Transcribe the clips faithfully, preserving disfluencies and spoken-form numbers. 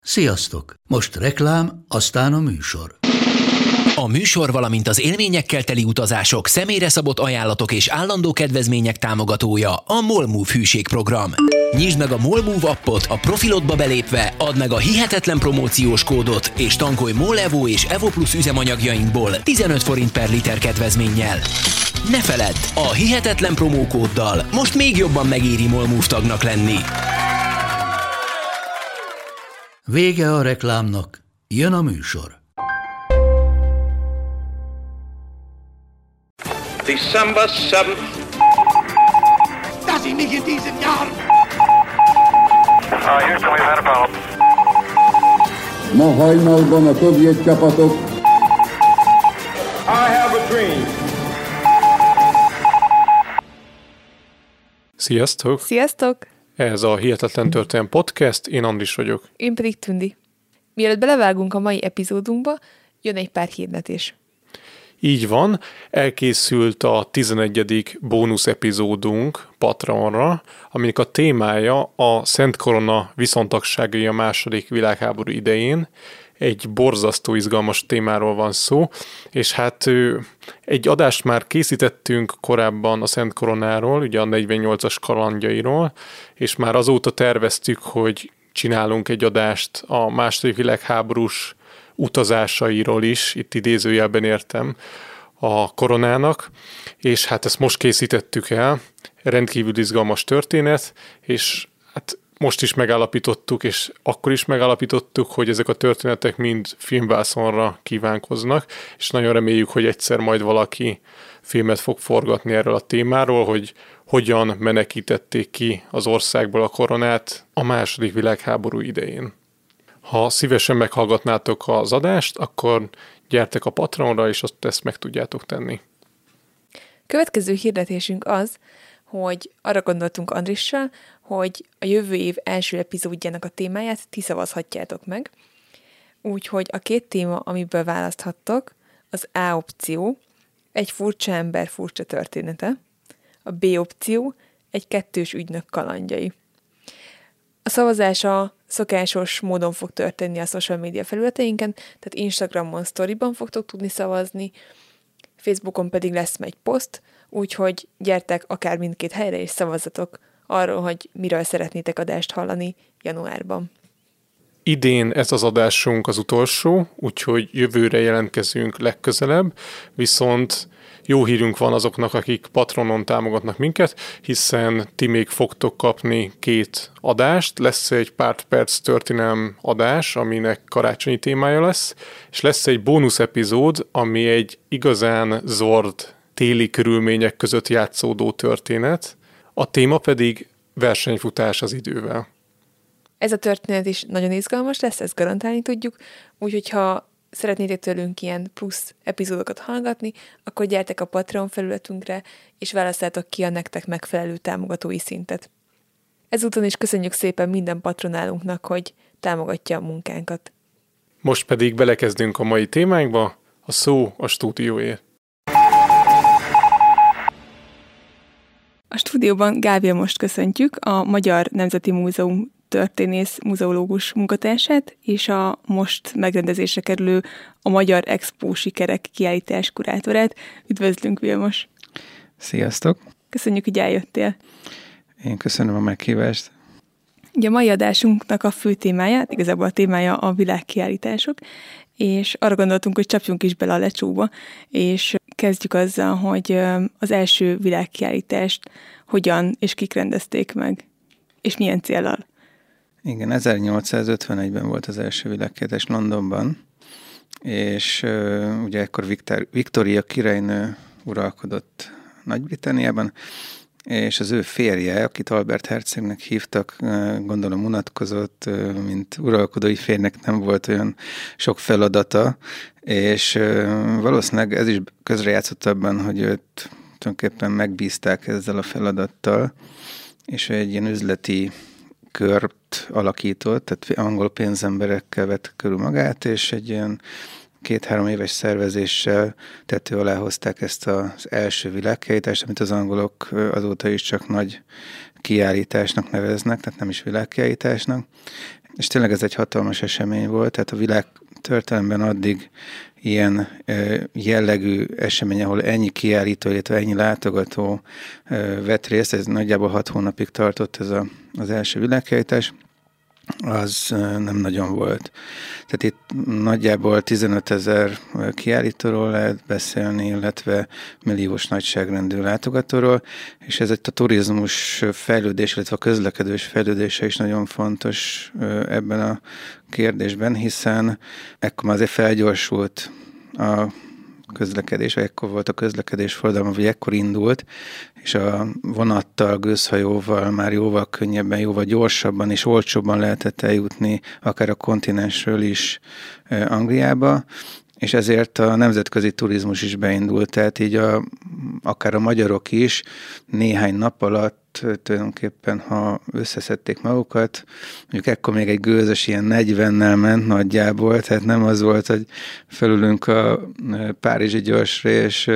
Sziasztok! Most reklám, aztán a műsor. A műsor, valamint az élményekkel teli utazások, személyre szabott ajánlatok és állandó kedvezmények támogatója a MOLMOVE hűségprogram. Nyisd meg a MOLMOVE appot, a profilodba belépve, add meg a hihetetlen promóciós kódot, és tankolj MOL Evo és Evo Plus üzemanyagjainkból tizenöt forint per liter kedvezménnyel. Ne feledd, a hihetetlen promókóddal most még jobban megéri MOLMOVE tagnak lenni. Vége a reklámnak, jön a műsor. December seventh. Das ist nicht in diesem Jahr. Uh, Houston, we've had a problem. Ma hajnalban a szovjet csapatok. I have a dream. Sziasztok! Sziasztok! Ez a Hihetetlen Történelem Podcast, én Andris vagyok. Én pedig Tündi. Mielőtt belevágunk a mai epizódunkba, jön egy pár hirdetés. Így van, elkészült a tizenegyedik bónusz epizódunk Patreonra, aminek a témája a Szent Korona viszontagságai a második világháború idején. Egy borzasztó izgalmas témáról van szó, és hát egy adást már készítettünk korábban a Szent Koronáról, ugye a negyvennyolcas kalandjairól, és már azóta terveztük, hogy csinálunk egy adást a második világháborús utazásairól is, itt idézőjelben értem, a koronának, és hát ezt most készítettük el, rendkívül izgalmas történet, és hát most is megállapítottuk, és akkor is megállapítottuk, hogy ezek a történetek mind filmvászonra kívánkoznak, és nagyon reméljük, hogy egyszer majd valaki filmet fog forgatni erről a témáról, hogy hogyan menekítették ki az országból a koronát a második világháború idején. Ha szívesen meghallgatnátok az adást, akkor gyertek a Patreonra, és azt ezt meg tudjátok tenni. Következő hirdetésünk az, hogy arra gondoltunk Andrissal, hogy a jövő év első epizódjának a témáját ti szavazhatjátok meg. Úgyhogy a két téma, amiből választhattok, az A opció, egy furcsa ember furcsa története, a B opció, egy kettős ügynök kalandjai. A szavazás a szokásos módon fog történni a social media felületeinken, tehát Instagramon, Storyban fogtok tudni szavazni, Facebookon pedig lesz egy poszt, úgyhogy gyertek akár mindkét helyre és szavazzatok arról, hogy miről szeretnétek adást hallani januárban. Idén ez az adásunk az utolsó, úgyhogy jövőre jelentkezünk legközelebb, viszont jó hírünk van azoknak, akik Patronon támogatnak minket, hiszen ti még fogtok kapni két adást, lesz egy pár perc történelem adás, aminek karácsonyi témája lesz, és lesz egy bónusz epizód, ami egy igazán zord téli körülmények között játszódó történet, a téma pedig versenyfutás az idővel. Ez a történet is nagyon izgalmas lesz, ezt garantálni tudjuk, úgyhogy ha szeretnétek tőlünk ilyen plusz epizódokat hallgatni, akkor gyertek a Patreon felületünkre, és választátok ki a nektek megfelelő támogatói szintet. Ezúton is köszönjük szépen minden patronálunknak, hogy támogatja a munkánkat. Most pedig belekezdünk a mai témánkba, a szó a stúdióé. A stúdióban Gábia most köszöntjük, a Magyar Nemzeti Múzeum történész muzeológus munkatársát, és a most megrendezésre kerülő a Magyar Expo Sikerek kiállítás kurátorát. Üdvözlünk, Vilmos! Sziasztok! Köszönjük, hogy eljöttél! Én köszönöm a meghívást! Ugye a mai adásunknak a fő témája, igazából a témája a világkiállítások, és arra gondoltunk, hogy csapjunk is bele a lecsóba, és kezdjük azzal, hogy az első világkiállítást hogyan és kik rendezték meg, és milyen céllal. Igen, ezernyolcszázötvenegyben volt az első világkiállítás Londonban, és uh, ugye ekkor Victor, Victoria királynő uralkodott Nagy-Britanniában, és az ő férje, akit Albert hercegnek hívtak, gondolom unatkozott, mint uralkodói férjnek nem volt olyan sok feladata, és valószínűleg ez is közrejátszott abban, hogy őt tulajdonképpen megbízták ezzel a feladattal, és egy ilyen üzleti kört alakított, tehát angol pénzemberekkel vett körül magát, és egy ilyen két-három éves szervezéssel tető alá hozták ezt az első világkiállítást, amit az angolok azóta is csak nagy kiállításnak neveznek, tehát nem is világkiállításnak. És tényleg ez egy hatalmas esemény volt, tehát a világ történelemben addig ilyen jellegű esemény, ahol ennyi kiállító, illetve ennyi látogató vett részt, ez nagyjából hat hónapig tartott ez a, az első világkiállítás, az nem nagyon volt. Tehát itt nagyjából tizenöt ezer kiállítóról lehet beszélni, illetve milliós nagyságrendű látogatóról, és ez egy a turizmus fejlődés, illetve a közlekedős fejlődése is nagyon fontos ebben a kérdésben, hiszen ekkor már azért felgyorsult a közlekedés, vagy ekkor volt a közlekedés forradalma, vagy ekkor indult, és a vonattal, gőzhajóval már jóval könnyebben, jóval gyorsabban és olcsóbban lehetett eljutni, akár a kontinensről is Angliába, és ezért a nemzetközi turizmus is beindult, tehát így a, akár a magyarok is néhány nap alatt tulajdonképpen, ha összeszedték magukat, mondjuk ekkor még egy gőzös ilyen negyvennel ment nagyjából, tehát nem az volt, hogy felülünk a párizsi gyorsra, és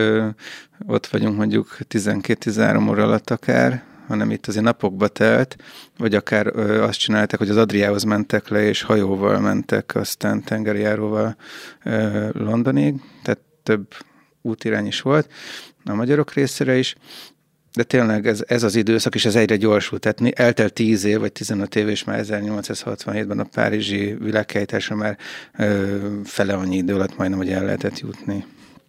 ott vagyunk mondjuk tizenkét-tizenhárom óra alatt akár, hanem itt azért napokba telt, vagy akár ö, azt csinálták, hogy az Adriához mentek le, és hajóval mentek, aztán tengerjáróval ö, Londonig, tehát több útirány is volt a magyarok részére is, de tényleg ez, ez az időszak, és ez egyre gyorsult, tehát eltelt tíz év, vagy tizenöt év, és már ezernyolcszázhatvanhétben a párizsi világkiállításra már ö, fele annyi idő alatt majdnem, hogy el lehetett jutni.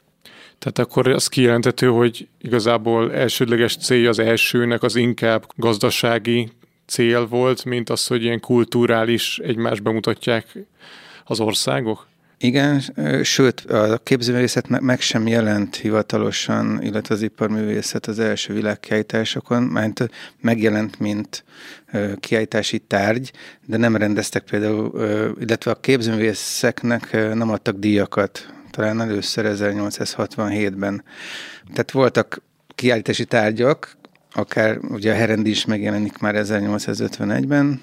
Tehát akkor az kijelenthető, hogy igazából elsődleges célja az elsőnek az inkább gazdasági cél volt, mint az, hogy ilyen kulturális egymást bemutatják az országok? Igen, sőt, a képzőművészet meg sem jelent hivatalosan, illetve az iparművészet az első világkiállításokon, mert megjelent, mint kiállítási tárgy, de nem rendeztek például, illetve a képzőművészeknek nem adtak díjakat, talán először ezernyolcszázhatvanhétben. Tehát voltak kiállítási tárgyak, akár ugye a Herendi is megjelenik már ezernyolcszázötvenegyben,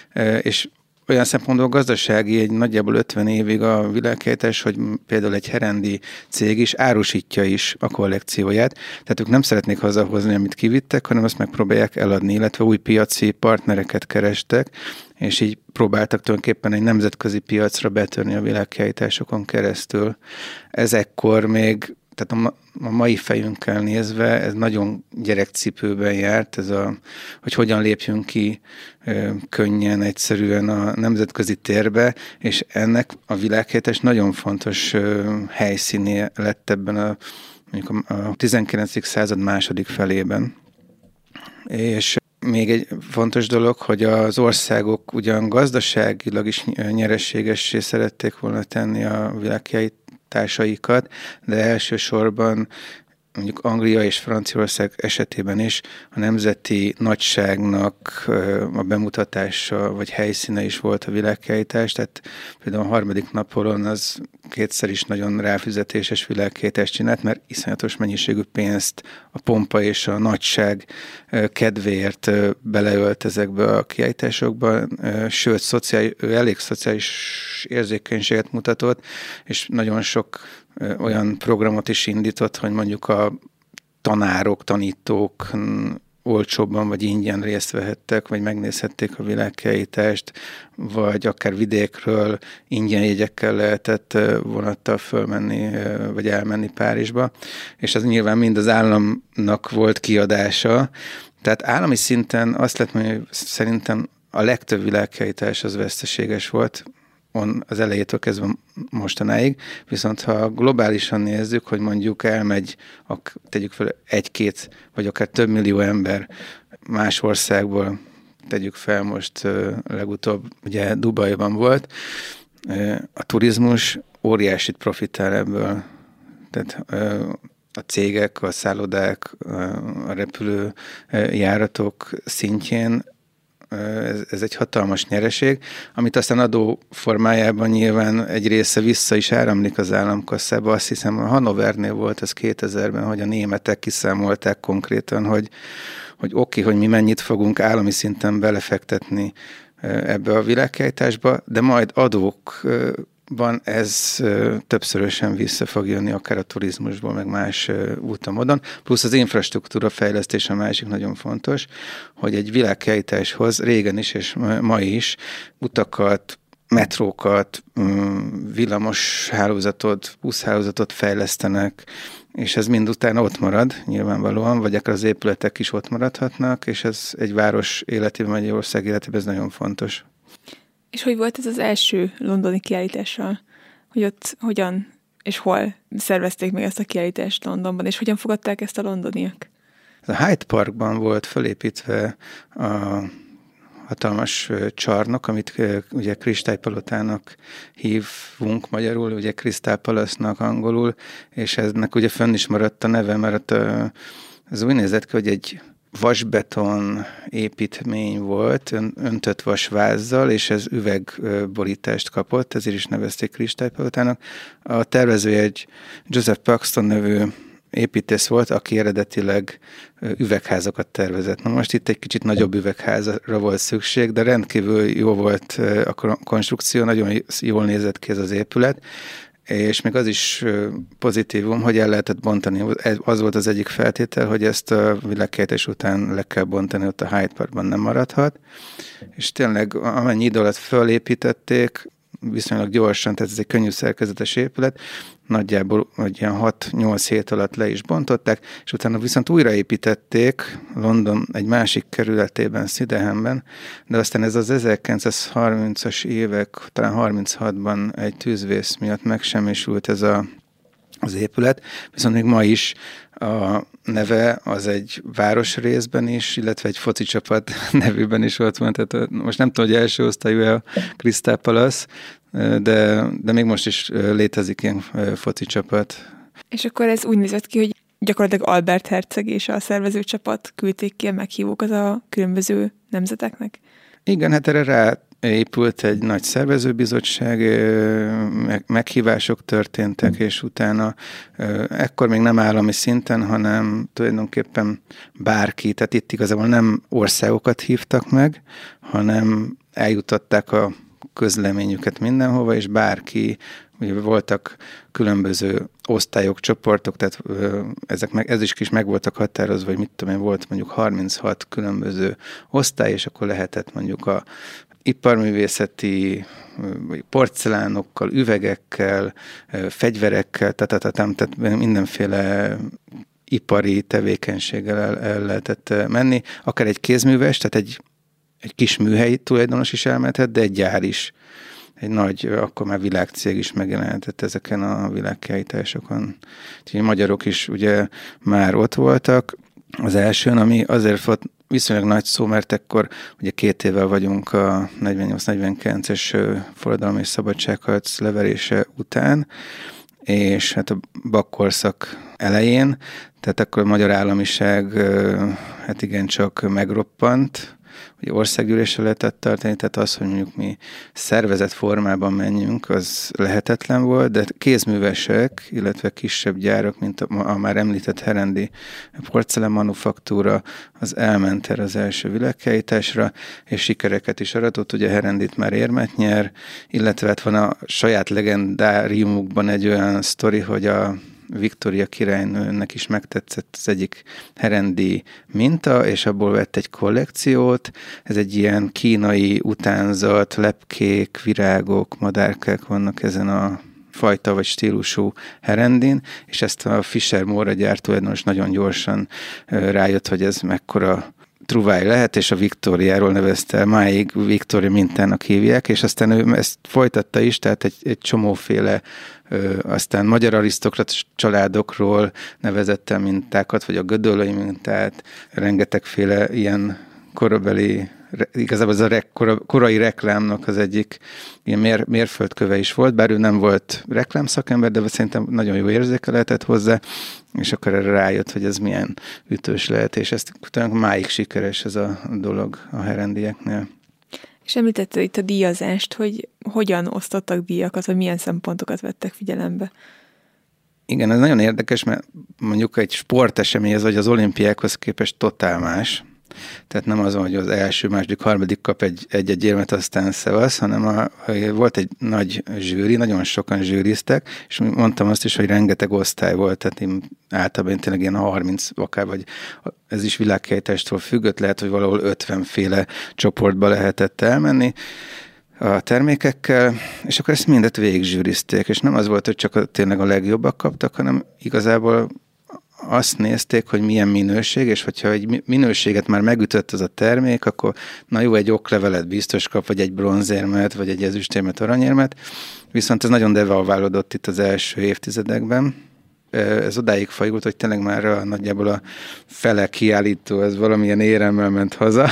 és olyan szempontból gazdasági egy nagyjából ötven évig a világkiállítás, hogy például egy herendi cég is árusítja is a kollekcióját, tehát ők nem szeretnék hazahozni, amit kivittek, hanem azt megpróbálják eladni, illetve új piaci partnereket kerestek, és így próbáltak tulajdonképpen egy nemzetközi piacra betörni a világkiállításokon keresztül. Ez ekkor még, tehát a, a mai fejünkkel nézve, ez nagyon gyerekcipőben járt, ez a, hogy hogyan lépjünk ki ö, könnyen, egyszerűen a nemzetközi térbe, és ennek a világkiállítás nagyon fontos ö, helyszíné lett ebben a, mondjuk a, a tizenkilencedik század második felében. És még egy fontos dolog, hogy az országok ugyan gazdaságilag is nyereségessé szerették volna tenni a világkiállításaikat, de elsősorban mondjuk Anglia és Franciaország esetében is a nemzeti nagyságnak a bemutatása vagy helyszíne is volt a világkiállítás, tehát például a harmadik Napóleon az kétszer is nagyon ráfizetéses világkiállítást csinált, mert iszonyatos mennyiségű pénzt a pompa és a nagyság kedvéért beleölt ezekbe a kiállításokba, sőt, szociális, ő elég szociális érzékenységet mutatott, és nagyon sok olyan programot is indított, hogy mondjuk a tanárok, tanítók olcsóbban vagy ingyen részt vehettek, vagy megnézhették a világkiállítást, vagy akár vidékről ingyen jegyekkel lehetett vonattal fölmenni, vagy elmenni Párizsba, és az nyilván mind az államnak volt kiadása. Tehát állami szinten azt lehet mondani, hogy szerintem a legtöbb világkiállítás az veszteséges volt, on az elejétől kezdve mostanáig, viszont ha globálisan nézzük, hogy mondjuk elmegy, tegyük fel egy-két, vagy akár több millió ember más országból, tegyük fel most legutóbb, ugye Dubajban volt, a turizmus óriásit profitál ebből. Tehát a cégek, a szállodák, a repülőjáratok szintjén Ez, ez egy hatalmas nyereség, amit aztán adó formájában nyilván egy része vissza is áramlik az államkasszába. Azt hiszem, a Hannovernél volt ez kétezerben, hogy a németek kiszámolták konkrétan, hogy, hogy oké, okay, hogy mi mennyit fogunk állami szinten belefektetni ebbe a világkiállításba, de majd adók Van, ez ö, többszörösen vissza fog jönni, akár a turizmusból, meg más ö, úton-módon. Plusz az infrastruktúra fejlesztés a másik nagyon fontos, hogy egy világkiállításhoz régen is és ma is utakat, metrókat, villamos hálózatot, buszhálózatot fejlesztenek, és ez mind utána ott marad nyilvánvalóan, vagy akár az épületek is ott maradhatnak, és ez egy város életében, vagy egy ország életében ez nagyon fontos. És hogy volt ez az első londoni kiállítással? Hogy ott hogyan és hol szervezték meg ezt a kiállítást Londonban, és hogyan fogadták ezt a londoniak? A Hyde Parkban volt felépítve a hatalmas csarnok, amit ugye kristálypalotának hívunk magyarul, ugye Crystal Palace-nak angolul, és ennek ugye fönn is maradt a neve, mert ez úgy nézett ki, hogy egy vasbeton építmény volt, öntött vasvázzal, és ez üvegborítást kapott, ezért is nevezték kristálypalotának. A tervező egy Joseph Paxton nevű építész volt, aki eredetileg üvegházakat tervezett. Na most itt egy kicsit nagyobb üvegházra volt szükség, de rendkívül jó volt a konstrukció, nagyon jól nézett ki ez az épület, és még az is pozitívum, hogy el lehetett bontani. Az volt az egyik feltétel, hogy ezt a világkiállítás után le kell bontani, ott a Hyde Parkban nem maradhat. És tényleg amennyi idő alatt fölépítették, viszonylag gyorsan, tehát ez egy könnyű szerkezetes épület, nagyjából hogy ilyen hat-nyolc hét alatt le is bontották, és utána viszont újraépítették London egy másik kerületében, Sydenhamben, de aztán ez az ezerkilencszázharmincas évek, talán harminchatban egy tűzvész miatt megsemmisült ez a, az épület, viszont még ma is a neve az egy városrészben is, illetve egy foci csapat nevűben is ott van, tehát most nem tudom, hogy első osztályú a Crystal Palace, de, de még most is létezik ilyen foci csapat. És akkor ez úgy nézett ki, hogy gyakorlatilag Albert herceg és a szervezőcsapat küldték ki a meghívókat a különböző nemzeteknek? Igen, hát erre rá épült egy nagy szervezőbizottság, meghívások történtek, és utána ekkor még nem állami szinten, hanem tulajdonképpen bárki, tehát itt igazából nem országokat hívtak meg, hanem eljutották a közleményüket mindenhova, és bárki, ugye voltak különböző osztályok, csoportok, tehát ezek meg, ez is kis meg voltak határozva, hogy mit tudom én, volt mondjuk harminchat különböző osztály, és akkor lehetett mondjuk a iparművészeti, vagy porcelánokkal, üvegekkel, fegyverekkel, tehát, tehát mindenféle ipari tevékenységgel el, el lehetett menni. Akár egy kézműves, tehát egy, egy kis műhelyi tulajdonos is elmehetett, de egy gyár is. Egy nagy, akkor már világcég is megjelenhetett ezeken a világkiállításokon. Úgyhogy magyarok is ugye már ott voltak az elsőn, ami azért volt viszonylag nagy szó, mert ekkor ugye két évvel vagyunk a negyvennyolc negyvenkilences forradalom és szabadságharc leverése után, és hát a bakkorszak elején, tehát akkor a magyar államiság hát igencsak megroppant, hogy országgyűlésre lehetett tartani, tehát az, hogy mondjuk mi szervezett formában menjünk, az lehetetlen volt, de kézművesek, illetve kisebb gyárak, mint a, a már említett herendi porcelánmanufaktúra, az elment erre az első világkiállításra, és sikereket is aratott, ugye herendit már érmet nyer, illetve hát van a saját legendáriumukban egy olyan sztori, hogy a Viktória királynőnek is megtetszett az egyik herendi minta, és abból vett egy kollekciót. Ez egy ilyen kínai utánzat, lepkék, virágok, madárkák vannak ezen a fajta vagy stílusú herendin, és ezt a Fischer Móra gyár tulajdonos nagyon gyorsan rájött, hogy ez mekkora truváj lehet, és a Viktóriáról nevezte, máig Viktória mintának hívják, és aztán ő ezt folytatta is, tehát egy, egy csomóféle ö, aztán magyar arisztokrat családokról nevezett el mintákat, vagy a gödöllői mintát, rengetegféle ilyen korabeli, igazából ez a rek, kora, korai reklámnak az egyik ilyen mér, mérföldköve is volt, bár ő nem volt reklámszakember, de szerintem nagyon jó érzéke lehetett hozzá, és akkor erre rájött, hogy ez milyen ütős lehet, és ezt utána máig sikeres ez a dolog a herendieknél. És említette itt a díjazást, hogy hogyan osztottak díjakat, vagy milyen szempontokat vettek figyelembe? Igen, ez nagyon érdekes, mert mondjuk egy sporteseményhez, vagy az olimpiákhoz képest totál más. Tehát nem az, hogy az első, második, harmadik kap egy, egy-egy érmet, aztán szevasz, hanem a, volt egy nagy zsűri, nagyon sokan zsűriztek, és mondtam azt is, hogy rengeteg osztály volt, tehát én általában tényleg ilyen harminc akár, vagy ez is világkiállítástól függött, lehet, hogy valahol ötven féle csoportba lehetett elmenni a termékekkel, és akkor ezt mindet végig zsűrizték, és nem az volt, hogy csak a, tényleg a legjobbak kaptak, hanem igazából azt nézték, hogy milyen minőség, és hogyha egy minőséget már megütött az a termék, akkor na jó, egy oklevelet biztos kap, vagy egy bronzérmet, vagy egy ezüstérmet, aranyérmet, viszont ez nagyon devalválódott itt az első évtizedekben. Ez odáig fajult, hogy tényleg már a, nagyjából a fele kiállító, ez valamilyen éremmel ment haza,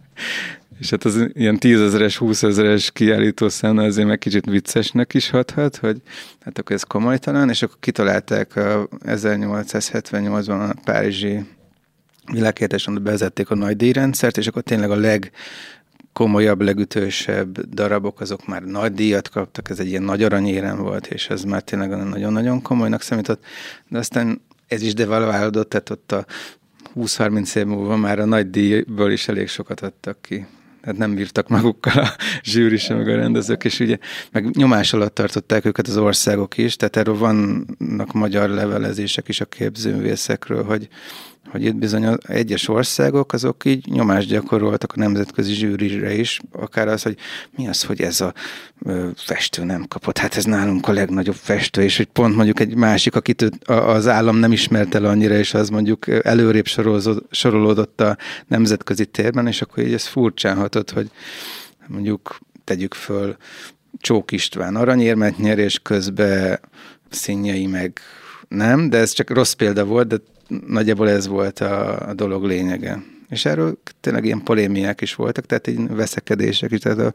és hát az ilyen tízezeres, húszezeres kiállító számna azért meg kicsit viccesnek is hathat, hogy hát akkor ez komolytalan, és akkor kitalálták a ezernyolcszázhetvennyolcban a párizsi világkiállításon bevezették a nagy díjrendszert, és akkor tényleg a legkomolyabb, legütősebb darabok, azok már nagy díjat kaptak, ez egy ilyen nagy aranyérem volt, és ez már tényleg nagyon-nagyon komolynak számított, de aztán ez is devalválódott, tehát ott a húsz-harminc év múlva már a nagy díjból is elég sokat adtak ki. Tehát nem bírtak magukkal a zsűri sem, meg a rendezők, és ugye meg nyomás alatt tartották őket az országok is, tehát erről vannak magyar levelezések is a képzőművészekről, hogy, hogy itt bizony az egyes országok, azok így nyomást gyakoroltak a nemzetközi zsűrire is, akár az, hogy mi az, hogy ez a ö, festő nem kapott, hát ez nálunk a legnagyobb festő, és hogy pont mondjuk egy másik, akit az állam nem ismert el annyira, és az mondjuk előrébb sorolódott a nemzetközi térben, és akkor így ez furcsán hatott, hogy mondjuk tegyük föl Csók István aranyérmet nyer, és közben Színjai meg nem, de ez csak rossz példa volt, de nagyjából ez volt a, a dolog lényege. És erről tényleg ilyen polémiák is voltak, tehát így veszekedések is, tehát a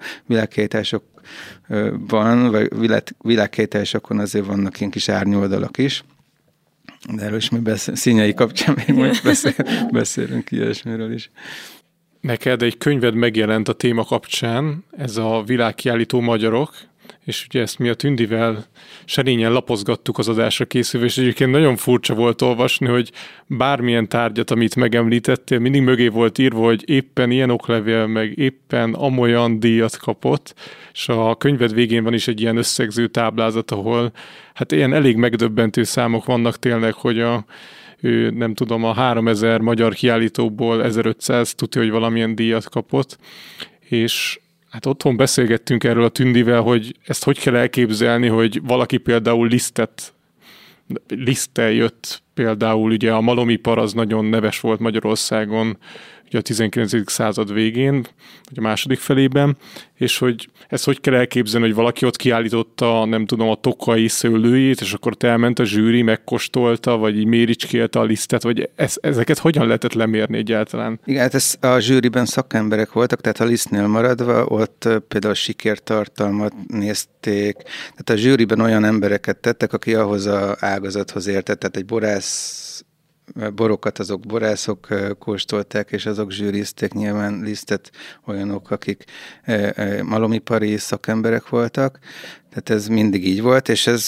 világkiállításokban, vagy világ, világkiállításokon azért vannak ilyen kis árnyoldalak is, de erről is mi beszél, Színjai kapcsán még most beszél, beszélünk ilyesmiről is. Neked egy könyved megjelent a téma kapcsán, ez a világkiállító magyarok, és ugye ezt mi a Tündivel serényen lapozgattuk az adásra készülve, és egyébként nagyon furcsa volt olvasni, hogy bármilyen tárgyat, amit megemlítettél, mindig mögé volt írva, hogy éppen ilyen oklevél, meg éppen amolyan díjat kapott, és a könyved végén van is egy ilyen összegző táblázat, ahol hát ilyen elég megdöbbentő számok vannak tényleg, hogy a ő, nem tudom, a háromezer magyar kiállítóból ezerötszáz tudja, hogy valamilyen díjat kapott, és hát otthon beszélgettünk erről a Tündivel, hogy ezt hogy kell elképzelni, hogy valaki például lisztet, liszttel jött például, ugye a malomipar az nagyon neves volt Magyarországon, ugye a tizenkilencedik század végén, vagy a második felében, és hogy ezt hogy kell elképzelni, hogy valaki ott kiállította, nem tudom, a tokai szőlőjét, és akkor te elment a zsűri, megkóstolta, vagy így méricskélte a lisztet, vagy ez, ezeket hogyan lehetett lemérni egyáltalán? Igen, hát ez a zsűriben szakemberek voltak, tehát a lisztnél maradva, ott például sikértartalmat nézték, tehát a zsűriben olyan embereket tettek, aki ahhoz az ágazathoz értett, tehát egy borász borokat azok borászok kóstolták, és azok zsűrizték, nyilván lisztet olyanok, akik malomipari szakemberek voltak, tehát ez mindig így volt, és ez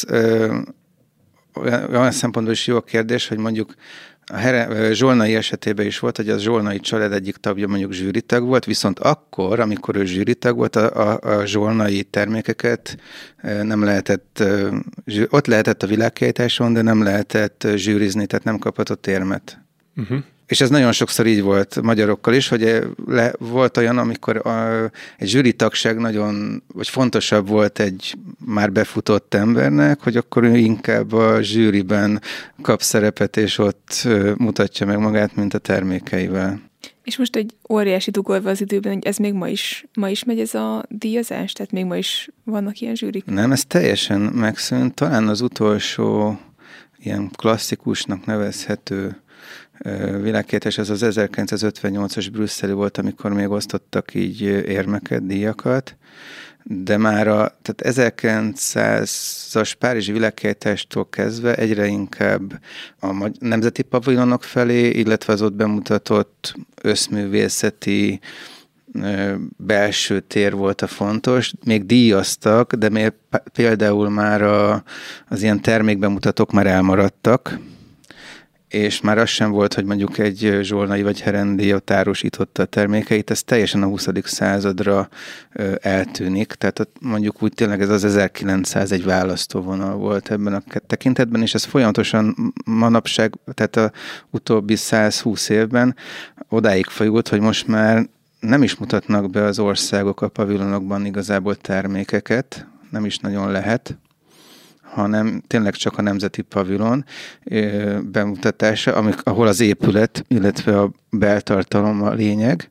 olyan szempontból is jó a kérdés, hogy mondjuk a Here, Zsolnai esetében is volt, hogy az Zsolnai család egyik tagja mondjuk zsűritag volt, viszont akkor, amikor ő zsűritag volt, a, a, a zsolnai termékeket nem lehetett, ott lehetett a világkiállításon, de nem lehetett zsűrizni, tehát nem kaphatott érmet. Uh-huh. És ez nagyon sokszor így volt magyarokkal is, hogy le, volt olyan, amikor a, egy zsűritagság nagyon, vagy fontosabb volt egy már befutott embernek, hogy akkor ő inkább a zsűriben kap szerepet, és ott mutatja meg magát, mint a termékeivel. És most egy óriási dugolva az időben, hogy ez még ma is, ma is megy ez a díjazás? Tehát még ma is vannak ilyen zsűrik? Nem, ez teljesen megszűnt. Talán az utolsó ilyen klasszikusnak nevezhető világkiállítás, ez az ezerkilencszázötvennyolcas brüsszeli volt, amikor még osztottak így érmeket, díjakat, de már a tehát ezerkilencszázas párizsi világkiállítástól kezdve egyre inkább a nemzeti pavilonok felé, illetve az ott bemutatott összművészeti belső tér volt a fontos, még díjaztak, de még például már a, az ilyen termékbemutatók már elmaradtak, és már az sem volt, hogy mondjuk egy zsolnai vagy herendi ott árusította a termékeit, ez teljesen a huszadik századra eltűnik, tehát mondjuk úgy tényleg ez az ezerkilencszáz egy választóvonal volt ebben a tekintetben, és ez folyamatosan manapság, tehát a utóbbi száz-húsz évben odáig fajult, hogy most már nem is mutatnak be az országok a pavilonokban igazából termékeket, nem is nagyon lehet, hanem tényleg csak a nemzeti pavilon bemutatása, amik, ahol az épület, illetve a beltartalom a lényeg,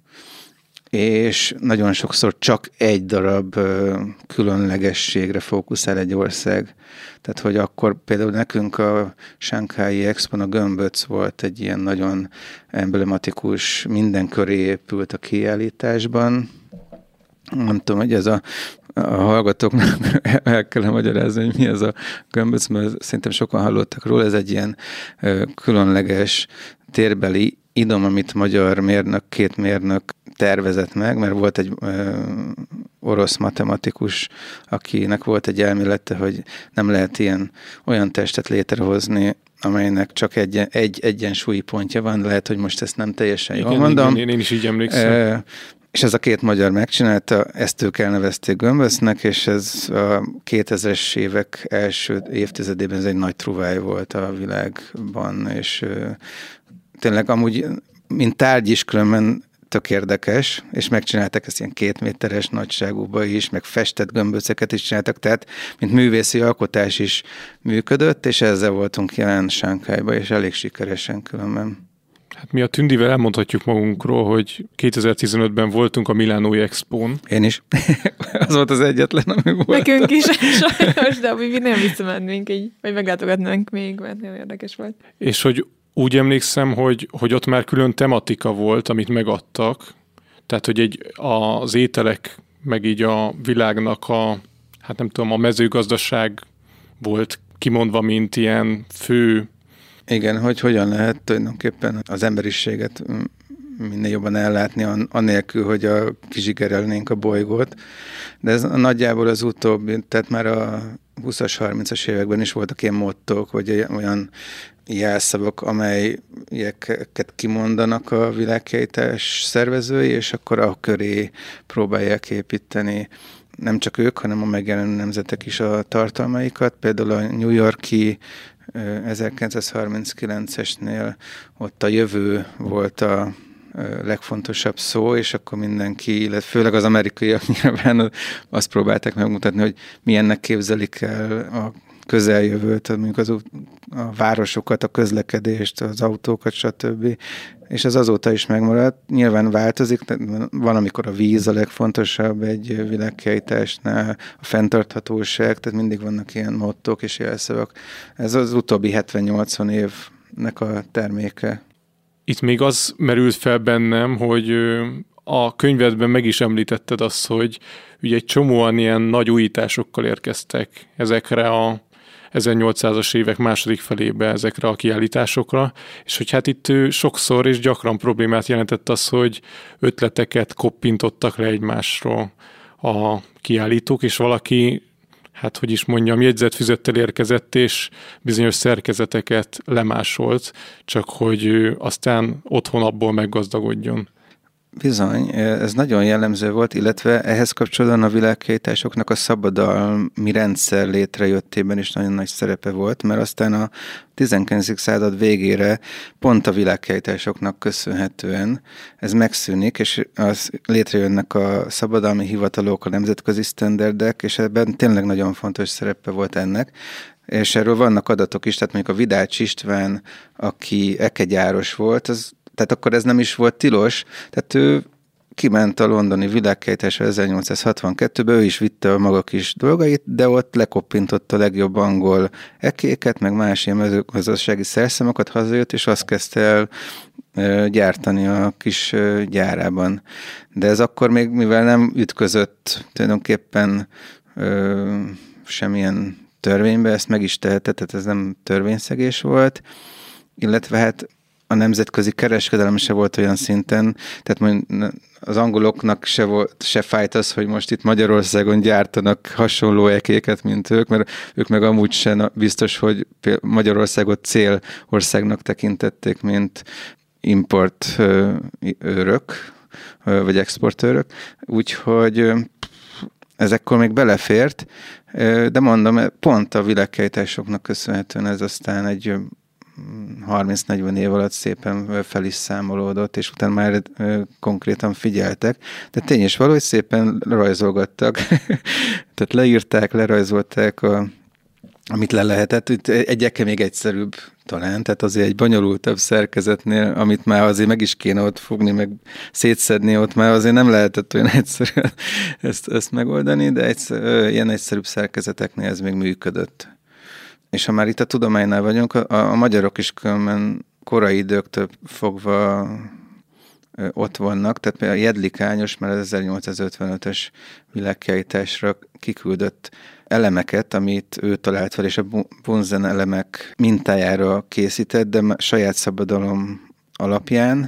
és nagyon sokszor csak egy darab különlegességre fókuszál egy ország. Tehát, hogy akkor például nekünk a Shanghai Expon a gömböc volt egy ilyen nagyon emblematikus, minden köré épült a kiállításban. Nem tudom, hogy ez a a hallgatóknak el kell magyarázni, hogy mi ez a gömböc, mert szerintem sokan hallottak róla, ez egy ilyen különleges térbeli idom, amit magyar mérnök, két mérnök tervezett meg, mert volt egy ö, orosz matematikus, akinek volt egy elmélete, hogy nem lehet ilyen olyan testet létrehozni, amelynek csak egy, egy egyensúlyi pontja van, lehet, hogy most ezt nem teljesen igen, jól mondom. Igen, én is így emlékszem. E, És ez a két magyar megcsinálta, ezt ők elnevezték gömböcnek, és ez a kétezres évek első évtizedében ez egy nagy truváj volt a világban, és ö, tényleg amúgy, mint tárgy is különben tök érdekes, és megcsináltak ezt ilyen két méteres nagyságúba is, meg festett gömböceket is csináltak, tehát mint művészi alkotás is működött, és ezzel voltunk jelen Shanghaiba, és elég sikeresen különben. Hát mi a Tündivel elmondhatjuk magunkról, hogy kétezer-tizenötben voltunk a Milánói Expón. Én is. Az volt az egyetlen, ami volt. Nekünk is sajnos, de mi nem visszamennénk így, vagy meglátogatnánk még, mert nagyon érdekes volt. És hogy úgy emlékszem, hogy, hogy ott már külön tematika volt, amit megadtak, tehát hogy egy, az ételek, meg így a világnak a, hát nem tudom, a mezőgazdaság volt kimondva, mint ilyen fő. Igen, hogy hogyan lehet tulajdonképpen az emberiséget minél jobban ellátni, annélkül, hogy a kizsigerelnénk a bolygót. De ez nagyjából az utóbbi, tehát már a húszas, harmincas években is voltak ilyen mottók, vagy olyan jelszavak, amelyeket kimondanak a világkiállítás szervezői, és akkor a köré próbálják építeni nem csak ők, hanem a megjelenő nemzetek is a tartalmaikat. Például a New York-i ezerkilencszázharminckilencesnél ott a jövő volt a legfontosabb szó, és akkor mindenki, illetve főleg az amerikaiak nyilván azt próbálták megmutatni, hogy milyennek képzelik el a közeljövőt, mondjuk az, a városokat, a közlekedést, az autókat, stb. És ez azóta is megmaradt. Nyilván változik, van, amikor a víz a legfontosabb egy világkiállításnál, a fenntarthatóság, tehát mindig vannak ilyen mottók és jelszavak. Ez az utóbbi hetven-nyolcvan évnek a terméke. Itt még az merült fel bennem, hogy a könyvedben meg is említetted azt, hogy ugye egy csomóan ilyen nagy újításokkal érkeztek ezekre a ezernyolcszázas évek második felébe ezekre a kiállításokra, és hogy hát itt sokszor és gyakran problémát jelentett az, hogy ötleteket koppintottak le egymásról a kiállítók, és valaki, hát hogy is mondjam, jegyzetfüzettel érkezett, és bizonyos szerkezeteket lemásolt, csak hogy aztán otthon abból meggazdagodjon. Bizony, ez nagyon jellemző volt, illetve ehhez kapcsolatban a világkiállításoknak a szabadalmi rendszer létrejöttében is nagyon nagy szerepe volt, mert aztán a tizenkilencedik század végére pont a világkiállításoknak köszönhetően ez megszűnik, és az létrejönnek a szabadalmi hivatalok, a nemzetközi sztenderdek, és ebben tényleg nagyon fontos szerepe volt ennek. És erről vannak adatok is, tehát mondjuk a Vidács István, aki ekegyáros volt, az tehát akkor ez nem is volt tilos, tehát ő kiment a londoni világkiállításra ezernyolcszázhatvankettőben, ő is vitte a maga kis dolgait, de ott lekoppintotta a legjobb angol ekéket, meg más ilyen mezőgazdasági szerszámokat, hazajött, és azt kezdte el gyártani a kis gyárában. De ez akkor még, mivel nem ütközött tulajdonképpen ö, semmilyen törvénybe, ezt meg is tehetett, tehát ez nem törvényszegés volt, illetve hát a a nemzetközi kereskedelem se volt olyan szinten, tehát mondjuk az angoloknak se, volt, se fájt az, hogy most itt Magyarországon gyártanak hasonló ekéket, mint ők, mert ők meg amúgy sem biztos, hogy Magyarországot célországnak tekintették, mint import őrök, vagy exportőrök, úgyhogy ezekkor még belefért, de mondom, pont a világkiállításoknak köszönhetően ez aztán egy harminc-negyven év alatt szépen fel is számolódott, és utána már konkrétan figyeltek. De tény és való, hogy szépen rajzolgattak. Tehát leírták, lerajzolták, a, amit le lehetett. Itt egyeke még egyszerűbb talán, tehát azért egy bonyolultabb szerkezetnél, amit már azért meg is kéne ott fogni, meg szétszedni, ott már azért nem lehetett olyan egyszerűen ezt, ezt megoldani, de egyszer, ilyen egyszerűbb szerkezeteknél ez még működött. És ha már itt a tudománynál vagyunk, a, a magyarok is különben korai időktől fogva ö, ott vannak, tehát például Jedlik Ányos már az ezernyolcszázötvenötös világkiállításra kiküldött elemeket, amit ő talált fel, és a Bunsen elemek mintájára készített, de saját szabadalom alapján,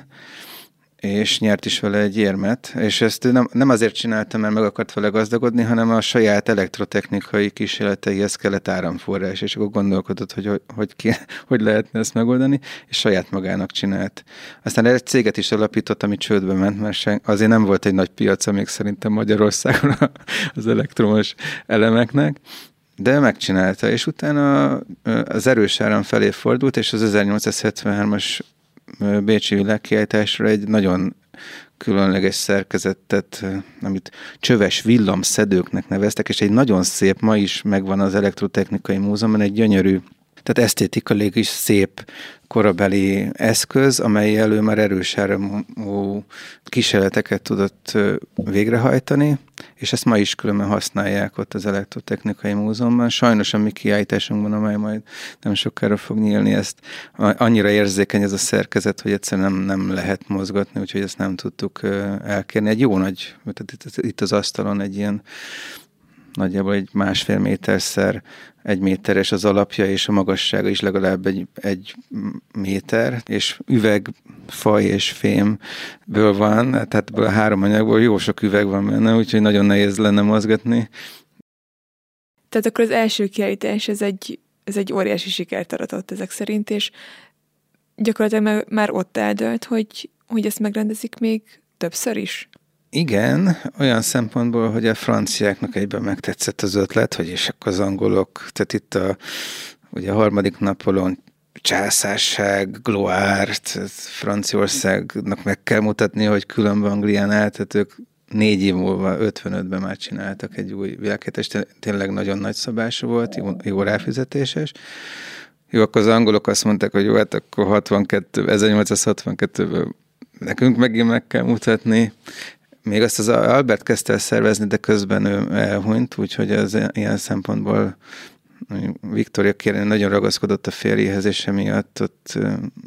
és nyert is vele egy érmet, és ezt nem, nem azért csináltam, mert meg akart vele gazdagodni, hanem a saját elektrotechnikai kísérleteihez kellett áramforrás, és akkor gondolkodott, hogy hogy, hogy, ki, hogy lehetne ezt megoldani, és saját magának csinált. Aztán egy céget is alapított, ami csődbe ment, mert sen, azért nem volt egy nagy piaca még szerintem Magyarországon az elektromos elemeknek, de megcsinálta, és utána az erős áram felé fordult, és az ezernyolcszázhetvenhármas bécsi világkiállításra egy nagyon különleges szerkezetet, amit csöves villamszedőknek neveztek, és egy nagyon szép, ma is megvan az Elektrotechnikai Múzeumban, egy gyönyörű, tehát esztétikailag is szép korabeli eszköz, amely elő már erős áramú kísérleteket tudott végrehajtani, és ezt ma is különben használják ott az Elektrotechnikai Múzeumban. Sajnos a mi kiállításunkban, amely majd nem sokára fog nyílni, ezt annyira érzékeny ez a szerkezet, hogy egyszerűen nem, nem lehet mozgatni, úgyhogy ezt nem tudtuk elkérni. Egy jó nagy, tehát itt az asztalon egy ilyen nagyjából egy másfél méterszer egy méteres az alapja, és a magassága is legalább egy, egy méter, és üveg, faj és fémből van, tehát ebből a három anyagból jó sok üveg van benne, úgyhogy nagyon nehéz lenne mozgatni. Tehát akkor az első kiállítás, ez egy, ez egy óriási sikert aratott ezek szerint, és gyakorlatilag már ott eldőlt, hogy, hogy ezt megrendezik még többször is. Igen, olyan szempontból, hogy a franciáknak egyben megtetszett az ötlet, hogy és akkor az angolok, tehát itt a, ugye a harmadik Napóleon császárság, gloárt, Franciaországnak meg kell mutatni, hogy különben Angliánál, tehát ők négy év múlva, ötvenötben már csináltak egy új világkiállítást, tényleg nagyon nagy szabású volt, jó, jó ráfizetéses. Jó, akkor az angolok azt mondták, hogy jó, hát akkor hatvankettő, ezernyolcszázhatvankettőben nekünk megint meg kell mutatni. Még azt az Albert kezdte el szervezni, de közben ő elhunyt, úgyhogy az ilyen szempontból Viktória Királynő nagyon ragaszkodott a férjéhez, és emiatt ott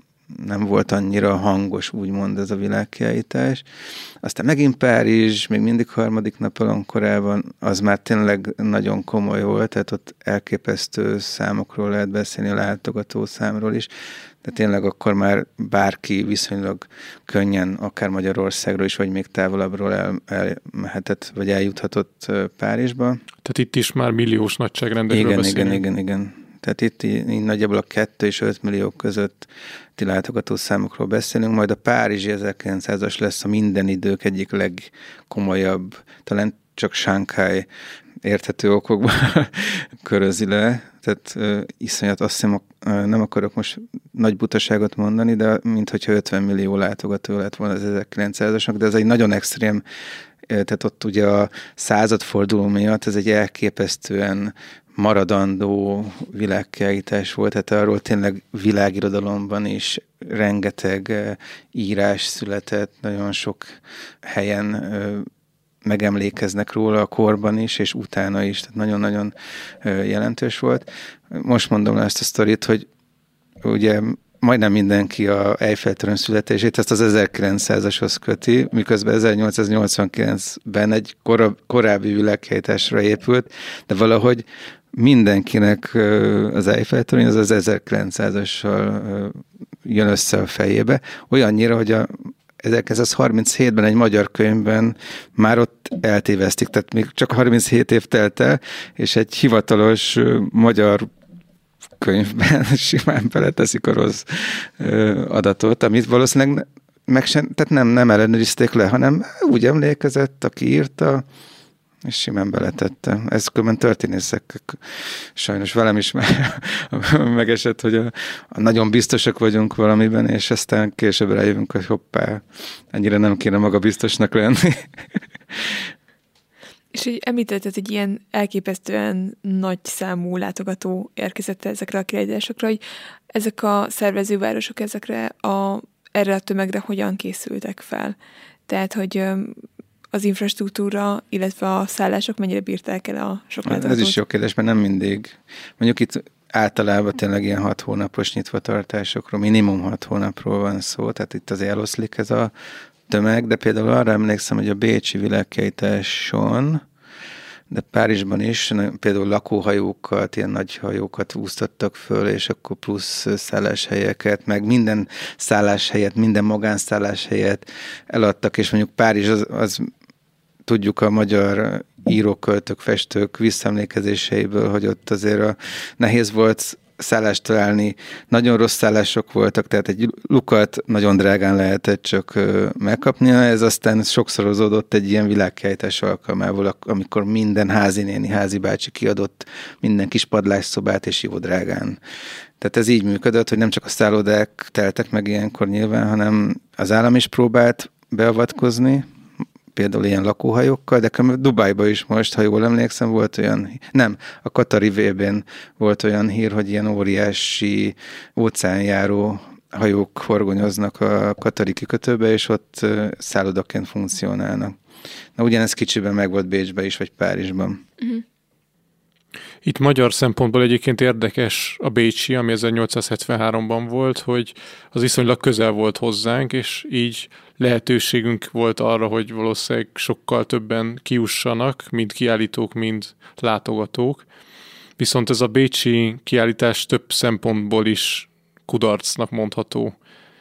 nem volt annyira hangos, úgymond ez a világkiállítás. Aztán megint Párizs, még mindig harmadik Napóleon korában, az már tényleg nagyon komoly volt, tehát ott elképesztő számokról lehet beszélni, a látogató számról is, de tényleg akkor már bárki viszonylag könnyen, akár Magyarországról is, vagy még távolabbról el, elmehetett, vagy eljuthatott Párizsba. Tehát itt is már milliós nagyságrendekről igen, beszélünk. Igen, igen, igen. Tehát itt így, így nagyjából a kettő és öt millió közötti látogató számokról beszélünk, majd a párizsi ezerkilencszázas lesz a minden idők egyik legkomolyabb, talán csak Shanghai érthető okokban körözi le, tehát uh, iszonyat, azt hiszem, uh, nem akarok most nagy butaságot mondani, de minthogyha ötven millió látogató lett volna az ezerkilencszázasnak, de ez egy nagyon extrém, tehát ott ugye a századforduló miatt ez egy elképesztően maradandó világkiállítás volt, tehát arról tényleg világirodalomban is rengeteg írás született, nagyon sok helyen megemlékeznek róla a korban is, és utána is, tehát nagyon-nagyon jelentős volt. Most mondom le ezt a sztorit, hogy ugye majdnem mindenki a Eiffel-torony születését ezt az ezerkilencszázashoz köti, miközben ezernyolcszáznyolcvankilencben egy korab, korábbi világkiállításra épült, de valahogy mindenkinek az Eiffel-torony az az ezerkilencszázassal jön össze a fejébe. Olyannyira, hogy a ezerkilencszázharminchétben egy magyar könyvben már ott eltévesztik, tehát még csak harminchét év telt el, és egy hivatalos magyar könyvben simán beleteszik a rossz adatot, amit valószínűleg meg sem, tehát nem, nem ellenőrizték le, hanem úgy emlékezett, aki írta, és simán beletette. Ez különben történészek, sajnos velem is már megesett, hogy a, a nagyon biztosak vagyunk valamiben, és aztán később rájövünk, hogy hoppá, ennyire nem kéne magabiztosnak lenni. És így említetted, hogy ilyen elképesztően nagy számú látogató érkezett ezekre a kiállításokra, hogy ezek a szervezővárosok ezekre a, erre a tömegre hogyan készültek fel? Tehát, hogy az infrastruktúra, illetve a szállások mennyire bírták el a sok látogatót? Ez is jó kérdés, mert nem mindig. Mondjuk itt általában tényleg ilyen hat hónapos nyitvatartásokról, minimum hat hónapról van szó, tehát itt azért eloszlik ez a tömeg, de például arra emlékszem, hogy a bécsi világkiállításon, de Párizsban is, például lakóhajókat, ilyen nagy hajókat úsztattak föl, és akkor plusz szálláshelyeket, meg minden szálláshelyet, minden magánszálláshelyet eladtak, és mondjuk Párizs az, az tudjuk a magyar írók, költők, festők visszaemlékezéseiből, hogy ott azért a nehéz volt szállást találni, nagyon rossz szállások voltak, tehát egy lukat nagyon drágán lehetett csak megkapnia, ez aztán sokszorozódott egy ilyen világkiállítás alkalmával, amikor minden házi néni, házi bácsi kiadott minden kis padlásszobát, és jó drágán. Tehát ez így működött, hogy nem csak a szállodák teltek meg ilyenkor nyilván, hanem az állam is próbált beavatkozni, például ilyen lakóhajókkal, de Dubájban is most, ha jól emlékszem, volt olyan, nem, a Katari vé bén volt olyan hír, hogy ilyen óriási óceánjáró hajók horgonyoznak a katari kikötőbe, és ott szállodaként funkcionálnak. Na ugyanez kicsiben meg volt Bécsben is, vagy Párizsban. Uh-huh. Itt magyar szempontból egyébként érdekes a bécsi, ami ezernyolcszázhetvenháromban volt, hogy az viszonylag közel volt hozzánk, és így lehetőségünk volt arra, hogy valószínűleg sokkal többen kiussanak, mind kiállítók, mind látogatók. Viszont ez a bécsi kiállítás több szempontból is kudarcnak mondható.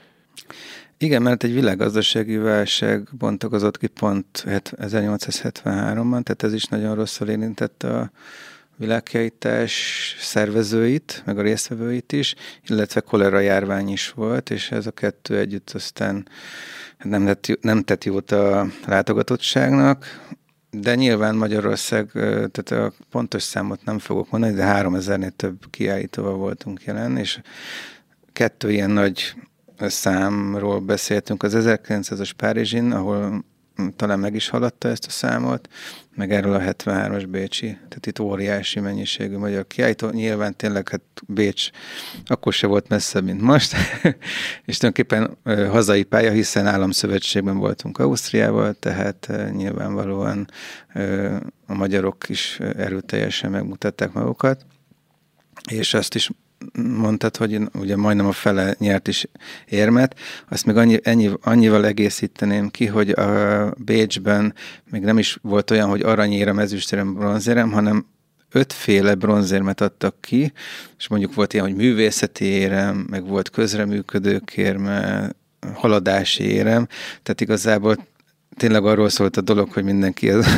Igen, mert egy világgazdasági válság bontakozott ki pont ezernyolcszázhetvenháromban, tehát ez is nagyon rosszul érintette a világkiállítás szervezőit, meg a résztvevőit is, illetve kolera járvány is volt, és ez a kettő együtt aztán nem tett, nem tett jót a látogatottságnak, de nyilván Magyarország, tehát a pontos számot nem fogok mondani, de háromezernél több kiállítóval voltunk jelen, és kettő ilyen nagy számról beszéltünk, az ezerkilencszázas Párizsin, ahol talán meg is haladta ezt a számot, meg erről a hetvenhármas bécsi, tehát itt óriási mennyiségű magyar kiállító. Nyilván tényleg hát Bécs akkor se volt messzebb, mint most, és tulajdonképpen hazai pálya, hiszen államszövetségben voltunk Ausztriával, tehát nyilvánvalóan a magyarok is erőteljesen megmutatták magukat, és azt is mondtad, hogy ugye majdnem a fele nyert is érmet, azt még annyi, ennyi, annyival egészíteném ki, hogy a Bécsben még nem is volt olyan, hogy aranyérem, ezüstérem, bronzérem, hanem ötféle bronzérmet adtak ki, és mondjuk volt ilyen, hogy művészeti érem, meg volt közreműködőkérme, haladási érem, tehát igazából tényleg arról szólt a dolog, hogy mindenki ez,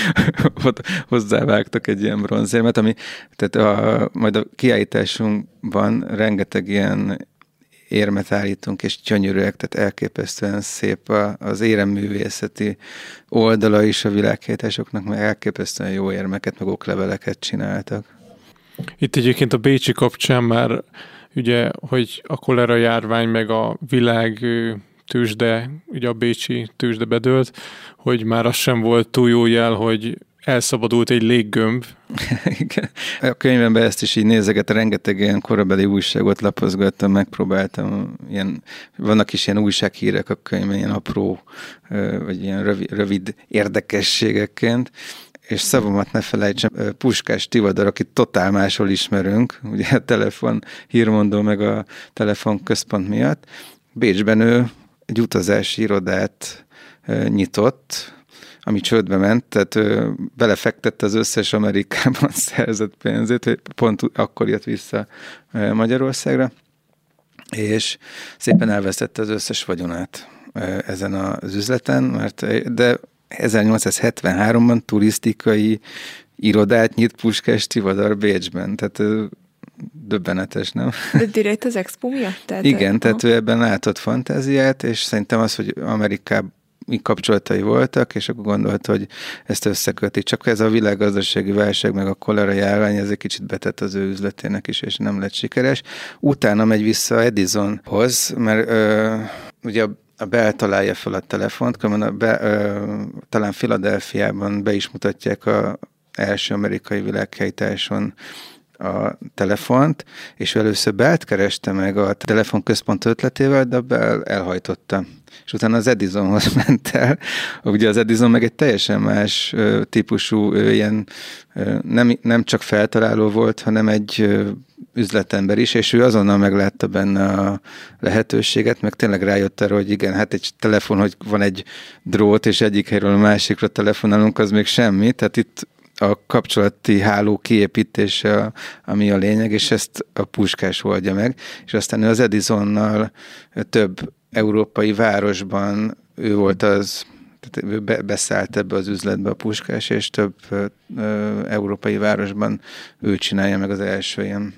hozzávágtak egy ilyen bronzérmet, ami, tehát a, majd a kiállításunkban rengeteg ilyen érmet állítunk, és gyönyörűek, tehát elképesztően szép az éremművészeti oldala is a világkiállításoknak, mert elképesztően jó érmeket, meg okleveleket csináltak. Itt egyébként a bécsi kapcsán már ugye, hogy a kolera járvány, meg a világ tőzsde, ugye a bécsi tőzsde bedőlt, hogy már az sem volt túl jó jel, hogy elszabadult egy léggömb. Igen. A könyvemben ezt is így nézeget, rengeteg ilyen korabeli újságot lapozgattam, megpróbáltam, ilyen, vannak is ilyen újsághírek a könyvben, ilyen apró, vagy ilyen rövid, rövid érdekességekként, és szavamat ne felejtsem, Puskás Tivadar, akit totál máshol ismerünk, ugye a telefon hírmondó meg a telefonközpont miatt, Bécsben ő egy utazási irodát nyitott, ami csődbe ment, tehát ő belefektette az összes Amerikában szerzett pénzét, hogy pont akkor jött vissza Magyarországra, és szépen elvesztette az összes vagyonát ezen az üzleten, mert de ezernyolcszázhetvenháromban turisztikai irodát nyit Puskás Tivadar Bécsben, tehát döbbenetes, nem? De direkt az Expo miatt? Tehát igen, a... tehát ő ebben látott fantáziát, és szerintem az, hogy Amerikában kapcsolatai voltak, és akkor gondolta, hogy ezt összekötik. Csak ez a világgazdasági válság, meg a kolera járvány, ez egy kicsit betett az ő üzletének is, és nem lett sikeres. Utána megy vissza Edisonhoz, mert ö, ugye a a Bell találja fel a telefont, a Be, ö, talán Philadelphiában be is mutatják az első amerikai világhelytáson a telefont, és először Bellt kereste meg a telefonközpont ötletével, de Bell elhajtotta. És utána az Edisonhoz ment el. Ugye az Edison meg egy teljesen más ö, típusú, ö, ilyen ö, nem, nem csak feltaláló volt, hanem egy ö, üzletember is, és ő azonnal meglátta benne a lehetőséget, meg tényleg rájött arra, hogy igen, hát egy telefon, hogy van egy drót, és egyik helyről a másikra telefonálunk, az még semmi, tehát itt a kapcsolati háló kiépítése, ami a lényeg, és ezt a Puskás oldja meg, és aztán ő az Edisonnal több európai városban, ő volt az, tehát ő be, beszállt ebbe az üzletbe a Puskás, és több ö, ö, európai városban ő csinálja meg az első ilyen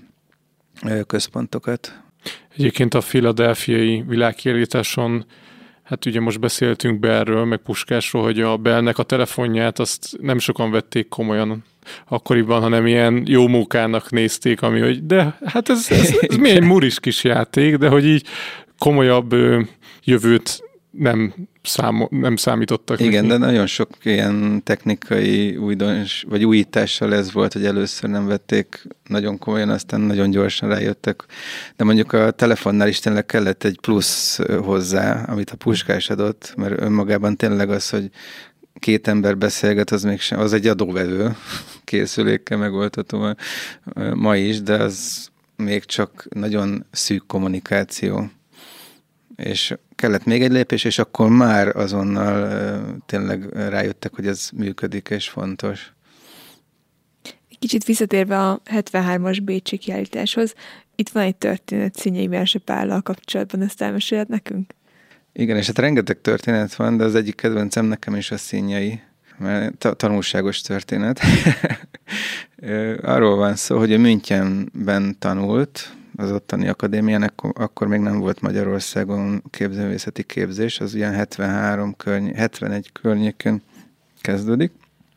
ö, központokat. Egyébként a Philadelphiai világkiállításon, hát ugye most beszéltünk Bellről, meg Puskásról, hogy a Bellnek a telefonját azt nem sokan vették komolyan akkoriban, hanem ilyen jó mókának nézték, ami, hogy de hát ez, ez, ez mi egy muris kis játék, de hogy így komolyabb ö, jövőt nem, számo, nem számítottak. Igen, neki. De nagyon sok ilyen technikai újdons, vagy újítással ez volt, hogy először nem vették nagyon komolyan, aztán nagyon gyorsan rájöttek. De mondjuk a telefonnál is tényleg kellett egy plusz hozzá, amit a Puskás adott, mert önmagában tényleg az, hogy két ember beszélget, az mégsem, az egy adóvevő készülékkel megoldható ma is, de az még csak nagyon szűk kommunikáció. És kellett még egy lépés, és akkor már azonnal uh, tényleg rájöttek, hogy ez működik, és fontos. Kicsit visszatérve a hetvenhármas bécsi kiállításhoz, itt van egy történet Szinyei Merse Pállal kapcsolatban, ezt elmeséled nekünk? Igen, és hát rengeteg történet van, de az egyik kedvencem nekem is a Szinyei, mert tanulságos történet. Arról van szó, hogy a Münchenben tanult, az ottani akadémián, akkor, akkor még nem volt Magyarországon képzőművészeti képzés, az ilyen hetvenhárom körny- hetvenegy környékén kezdődik,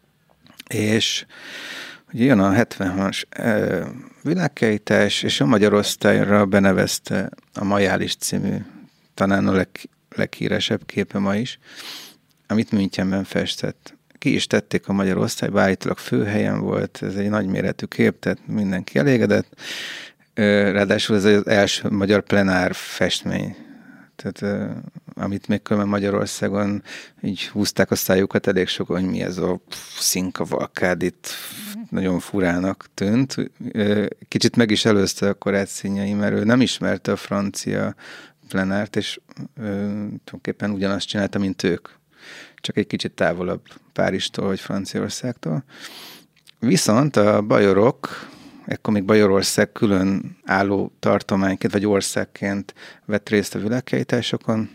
és ugye jön a hetvenhatos e, világkiállítás, és a magyar osztályra benevezte a Majális című, talán a leg, leghíresebb képe ma is, amit Münchenben festett. Ki is tették a magyar osztályba, állítólag főhelyen volt, ez egy nagyméretű kép, tehát mindenki elégedett. Ráadásul ez az első magyar plenár festmény. Tehát amit még különben Magyarországon így húzták a szájukat elég sokan, hogy mi ez a színkavalkád itt nagyon furának tűnt. Kicsit meg is előzte a korát Szinyei, mert ő nem ismerte a francia plenárt, és tulajdonképpen ugyanazt csinálta, mint ők. Csak egy kicsit távolabb Párizstól vagy Franciaországtól. Viszont a bajorok, ekkor még Bajorország külön álló tartományként, vagy országként vett részt a világkiállításokon,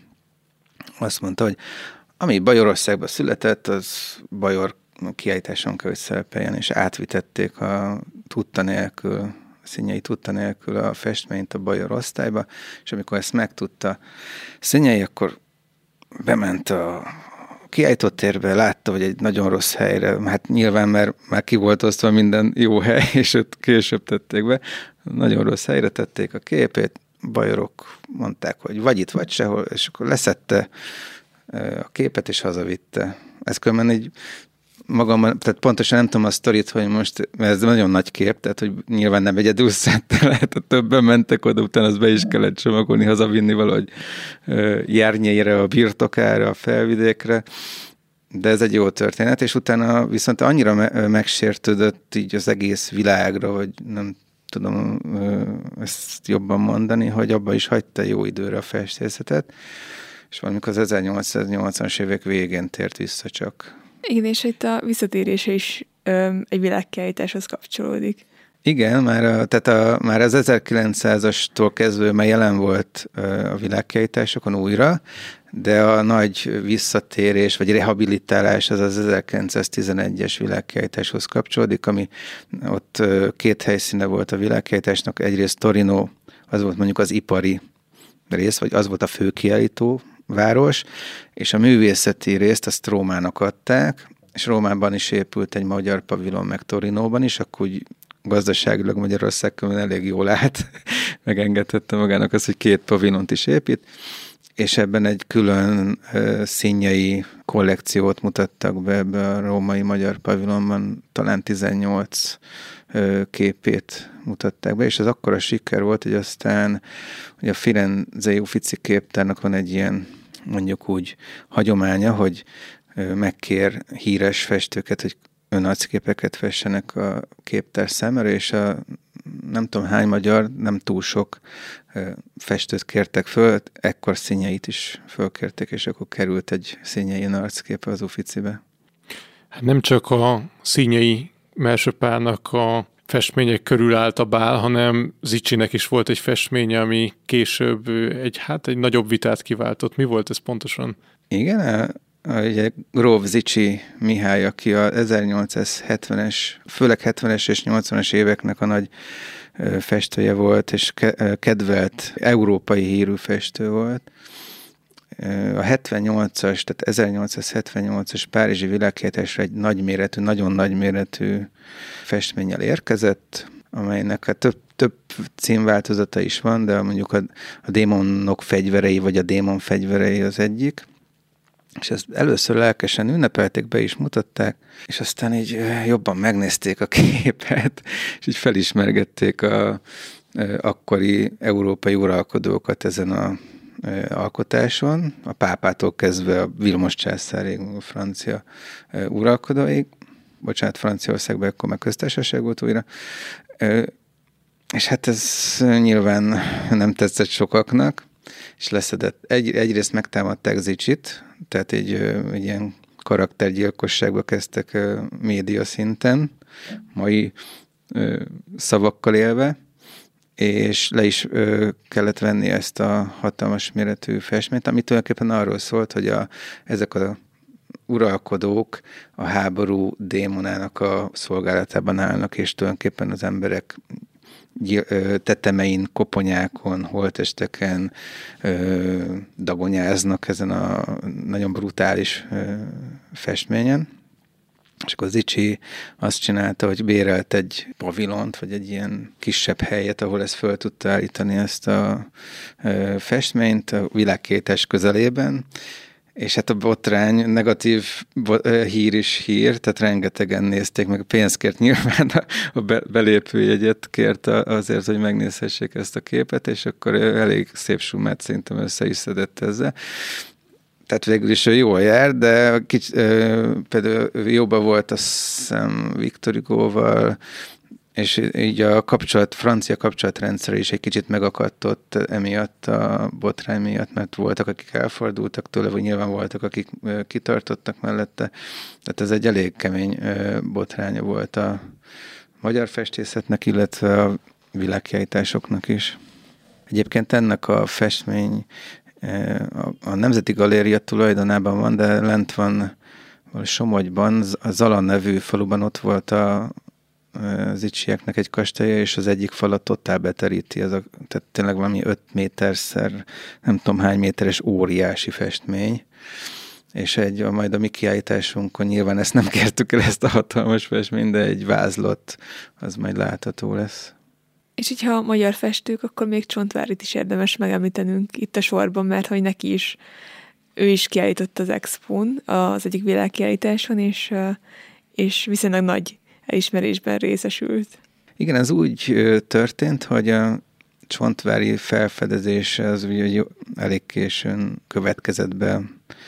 azt mondta, hogy ami Bajorországban született, az bajor kiállításon kell, hogy szerepeljen, és átvitették a tudta nélkül, a Szinyei tudta nélkül a festményt a bajor osztályba, és amikor ezt megtudta Szinyei, akkor bement a kiállított térbe, látta, hogy egy nagyon rossz helyre, hát nyilván már, már ki volt osztva minden jó hely, és ott később tették be, nagyon rossz helyre tették a képét, bajorok mondták, hogy vagy itt, vagy sehol, és akkor leszette a képet, és hazavitte. Ez különben egy magam, tehát pontosan nem tudom a sztorit, hogy most, mert ez nagyon nagy kép, tehát hogy nyilván nem egyedül szedte, lehet, a többen mentek oda, utána az be is kellett csomagolni, hazavinni valahogy Járnyére, a birtokára, a felvidékre, de ez egy jó történet, és utána viszont annyira me- megsértődött így az egész világra, hogy nem tudom ezt jobban mondani, hogy abba is hagyta jó időre a festészetet, és valamikor az ezernyolcszáznyolcvanas évek végén tért vissza csak. Igen, és itt a visszatérése is öm, egy világkiállításhoz kapcsolódik. Igen, már, a, tehát a, már az ezerkilencszázastól kezdve már jelen volt a világkiállításokon újra, de a nagy visszatérés vagy rehabilitálás az az ezerkilencszáztizenegyes világkiállításhoz kapcsolódik, ami ott két helyszíne volt a világkiállításnak. Egyrészt Torino, az volt mondjuk az ipari rész, vagy az volt a fő kiállító város, és a művészeti részt azt Rómának adták, és Rómában is épült egy magyar pavilon, meg Torinóban is, akkor úgy gazdaságilag Magyarország elég jól állt, megengedhette magának azt, hogy két pavilont is épít, és ebben egy külön uh, színjei kollekciót mutattak be ebbe a római magyar pavilonban, talán tizennyolc uh, képét mutatták be, és ez akkora siker volt, hogy aztán hogy a Firenzei Uffizi képtárnak van egy ilyen, mondjuk úgy, hagyománya, hogy uh, megkér híres festőket, hogy önarcképeket fessenek a képtár számára, és a nem tudom hány magyar, nem túl sok festőt kértek föl, ekkor színjeit is fölkérték, és akkor került egy színjei arcképe az Uffizibe. Hát nem csak a Színyei Mersőpálnak a festmények körül állt a bál, hanem Zicsinek is volt egy festménye, ami később egy, hát egy nagyobb vitát kiváltott. Mi volt ez pontosan? Igen, ugye Gróf Zichy Mihály, aki a ezernyolcszázhetvenes, főleg hetvenes és nyolcvanas éveknek a nagy festője volt, és kedvelt európai hírű festő volt. A hetvennyolcas, tehát ezernyolcszázhetvennyolcas Párizsi világkiállításra egy nagyméretű, nagyon nagyméretű festménnyel érkezett, amelynek a több, több címváltozata is van, de mondjuk a, a démonok fegyverei, vagy a démon fegyverei az egyik. És ezt először lelkesen ünnepelték, be is mutatták, és aztán így jobban megnézték a képet, és így felismergették a akkori európai uralkodókat ezen a alkotáson, a pápától kezdve a Vilmos császárig, a francia uralkodóig, bocsánat, Franciaországban akkor meg köztársaság volt újra, és hát ez nyilván nem tetszett sokaknak, és leszedett. Egy, egyrészt megtámadták Zicsit, tehát egy, egy ilyen karaktergyilkosságba kezdtek média szinten, mai szavakkal élve, és le is kellett venni ezt a hatalmas méretű festményt, ami tulajdonképpen arról szólt, hogy a, ezek a uralkodók a háború démonának a szolgálatában állnak, és tulajdonképpen az emberek tetemein, koponyákon, holttesteken ö, dagonyáznak ezen a nagyon brutális ö, festményen. És akkor Zichy azt csinálta, hogy bérelt egy pavilont, vagy egy ilyen kisebb helyet, ahol ezt föl tudta állítani ezt a ö, festményt a világkiállítás közelében. És hát a botrány, negatív hír is hír, tehát rengetegen nézték, meg pénzt kért nyilván, a belépőjegyet kért azért, hogy megnézhessék ezt a képet, és akkor elég szép sumát szerintem össze is szedett ezzel. Tehát végül is jól jár, de kicsi, például jobban volt azt hiszem Victor Hugoval, és így a kapcsolat, francia kapcsolatrendszer is egy kicsit megakadtott emiatt a botrány miatt, mert voltak, akik elfordultak tőle, vagy nyilván voltak, akik kitartottak mellette. Tehát ez egy elég kemény botránya volt a magyar festészetnek, illetve a világkiállításoknak is. Egyébként ennek a festmény a Nemzeti Galéria tulajdonában van, de lent van Somogyban, a Zala nevű faluban ott volt a az Zichyeknek egy kastélya, és az egyik falat totál beteríti, ez a, tehát tényleg valami öt méterszer, nem tudom hány méteres óriási festmény, és egy, majd a mi kiállításunkon nyilván ezt nem kértük el, ezt a hatalmas festményt, de egy vázlat, az majd látható lesz. És így, ha magyar festők, akkor még Csontvárit is érdemes megemlítenünk itt a sorban, mert hogy neki is, ő is kiállított az Expón, az egyik világkiállításon, és, és viszonylag nagy elismerésben részesült. Igen, ez úgy történt, hogy a csontvári felfedezés az ugye elég későn következett be,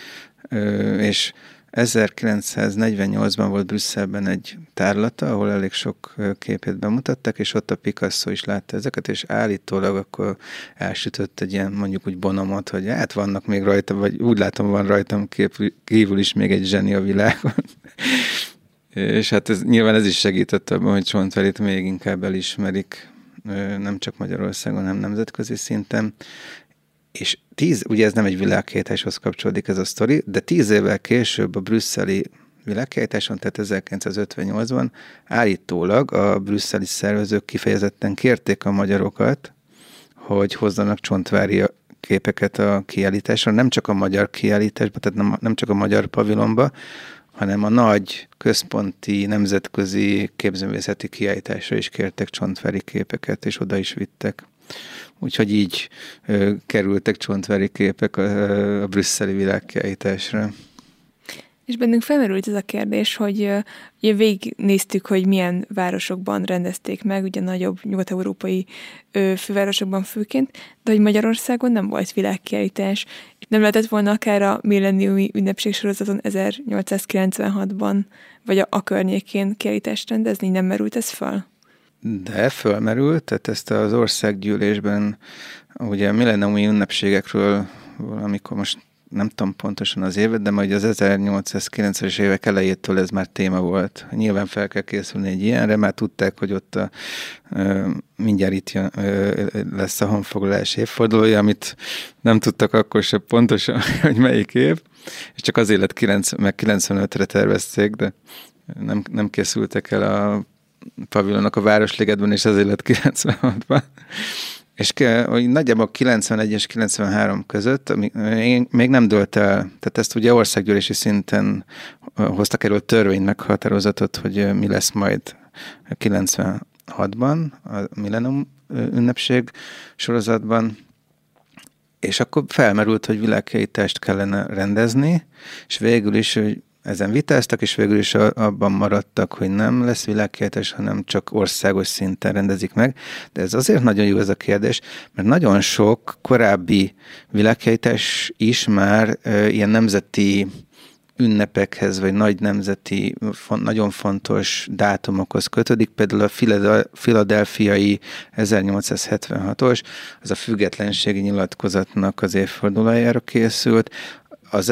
és ezerkilencszáznegyvennyolcban volt Brüsszelben egy tárlata, ahol elég sok képét bemutattak, és ott a Picasso is látta ezeket, és állítólag akkor elsütött egy ilyen mondjuk úgy bonomot, hogy hát vannak még rajta, vagy úgy látom, van rajtam kép, kívül is még egy zseni a világon. És hát ez, nyilván ez is segített abban, hogy Csontvárit még inkább elismerik, nem csak Magyarországon, hanem nemzetközi szinten. És tíz, ugye ez nem egy világkiállításhoz kapcsolódik ez a sztori, de tíz évvel később a brüsszeli világkiállításon, tehát ezerkilencszázötvennyolcban állítólag a brüsszeli szervezők kifejezetten kérték a magyarokat, hogy hozzanak csontvári képeket a kiállításra, nem csak a magyar kiállításba, tehát nem, nem csak a magyar pavilonba, hanem a nagy központi nemzetközi képzőművészeti kiállításra is kértek csontvári képeket, és oda is vittek. Úgyhogy így ö, kerültek csontvári képek a, a brüsszeli világkiállításra. És bennünk felmerült ez a kérdés, hogy ugye végignéztük, hogy milyen városokban rendezték meg, ugye nagyobb nyugat-európai ö, fővárosokban főként, de hogy Magyarországon nem volt világkiállítás. Nem lehetett volna akár a millenniumi ünnepségsorozaton ezernyolcszázkilencvenhatban, vagy a, a környékén kiállítást rendezni, nem merült ez fel? De fölmerült, tehát ezt az országgyűlésben, ugye a millenniumi ünnepségekről valamikor most nem tudom pontosan az évet, de majd az ezernyolcszázkilencvenes évek elejétől ez már téma volt. Nyilván fel kell készülni egy ilyenre, már tudták, hogy ott a, ö, mindjárt itt jön, ö, lesz a honfoglalás évfordulója, amit nem tudtak akkor sem pontosan, hogy melyik év, és csak azért lett kilenc, meg kilencvenötre tervezték, de nem, nem készültek el a pavilonok a Városligetben, és ezért lett kilencvenhatban. És hogy nagyjából kilencvenegy és kilencvenhárom között még nem dőlt el, tehát ezt ugye országgyűlési szinten hoztak erről törvényt, meghatározatot, hogy mi lesz majd kilencvenhatban, a Millennium ünnepség sorozatban, és akkor felmerült, hogy világkiállítást kellene rendezni, és végül is, hogy ezen vitáztak, és végül is abban maradtak, hogy nem lesz világkiállítás, hanem csak országos szinten rendezik meg. De ez azért nagyon jó ez a kérdés, mert nagyon sok korábbi világkiállítás is már e, ilyen nemzeti ünnepekhez, vagy nagy nemzeti, font, nagyon fontos dátumokhoz kötődik. Például a philadelphiai ezernyolcszázhetvenhatos, az a függetlenségi nyilatkozatnak az évfordulójára készült, az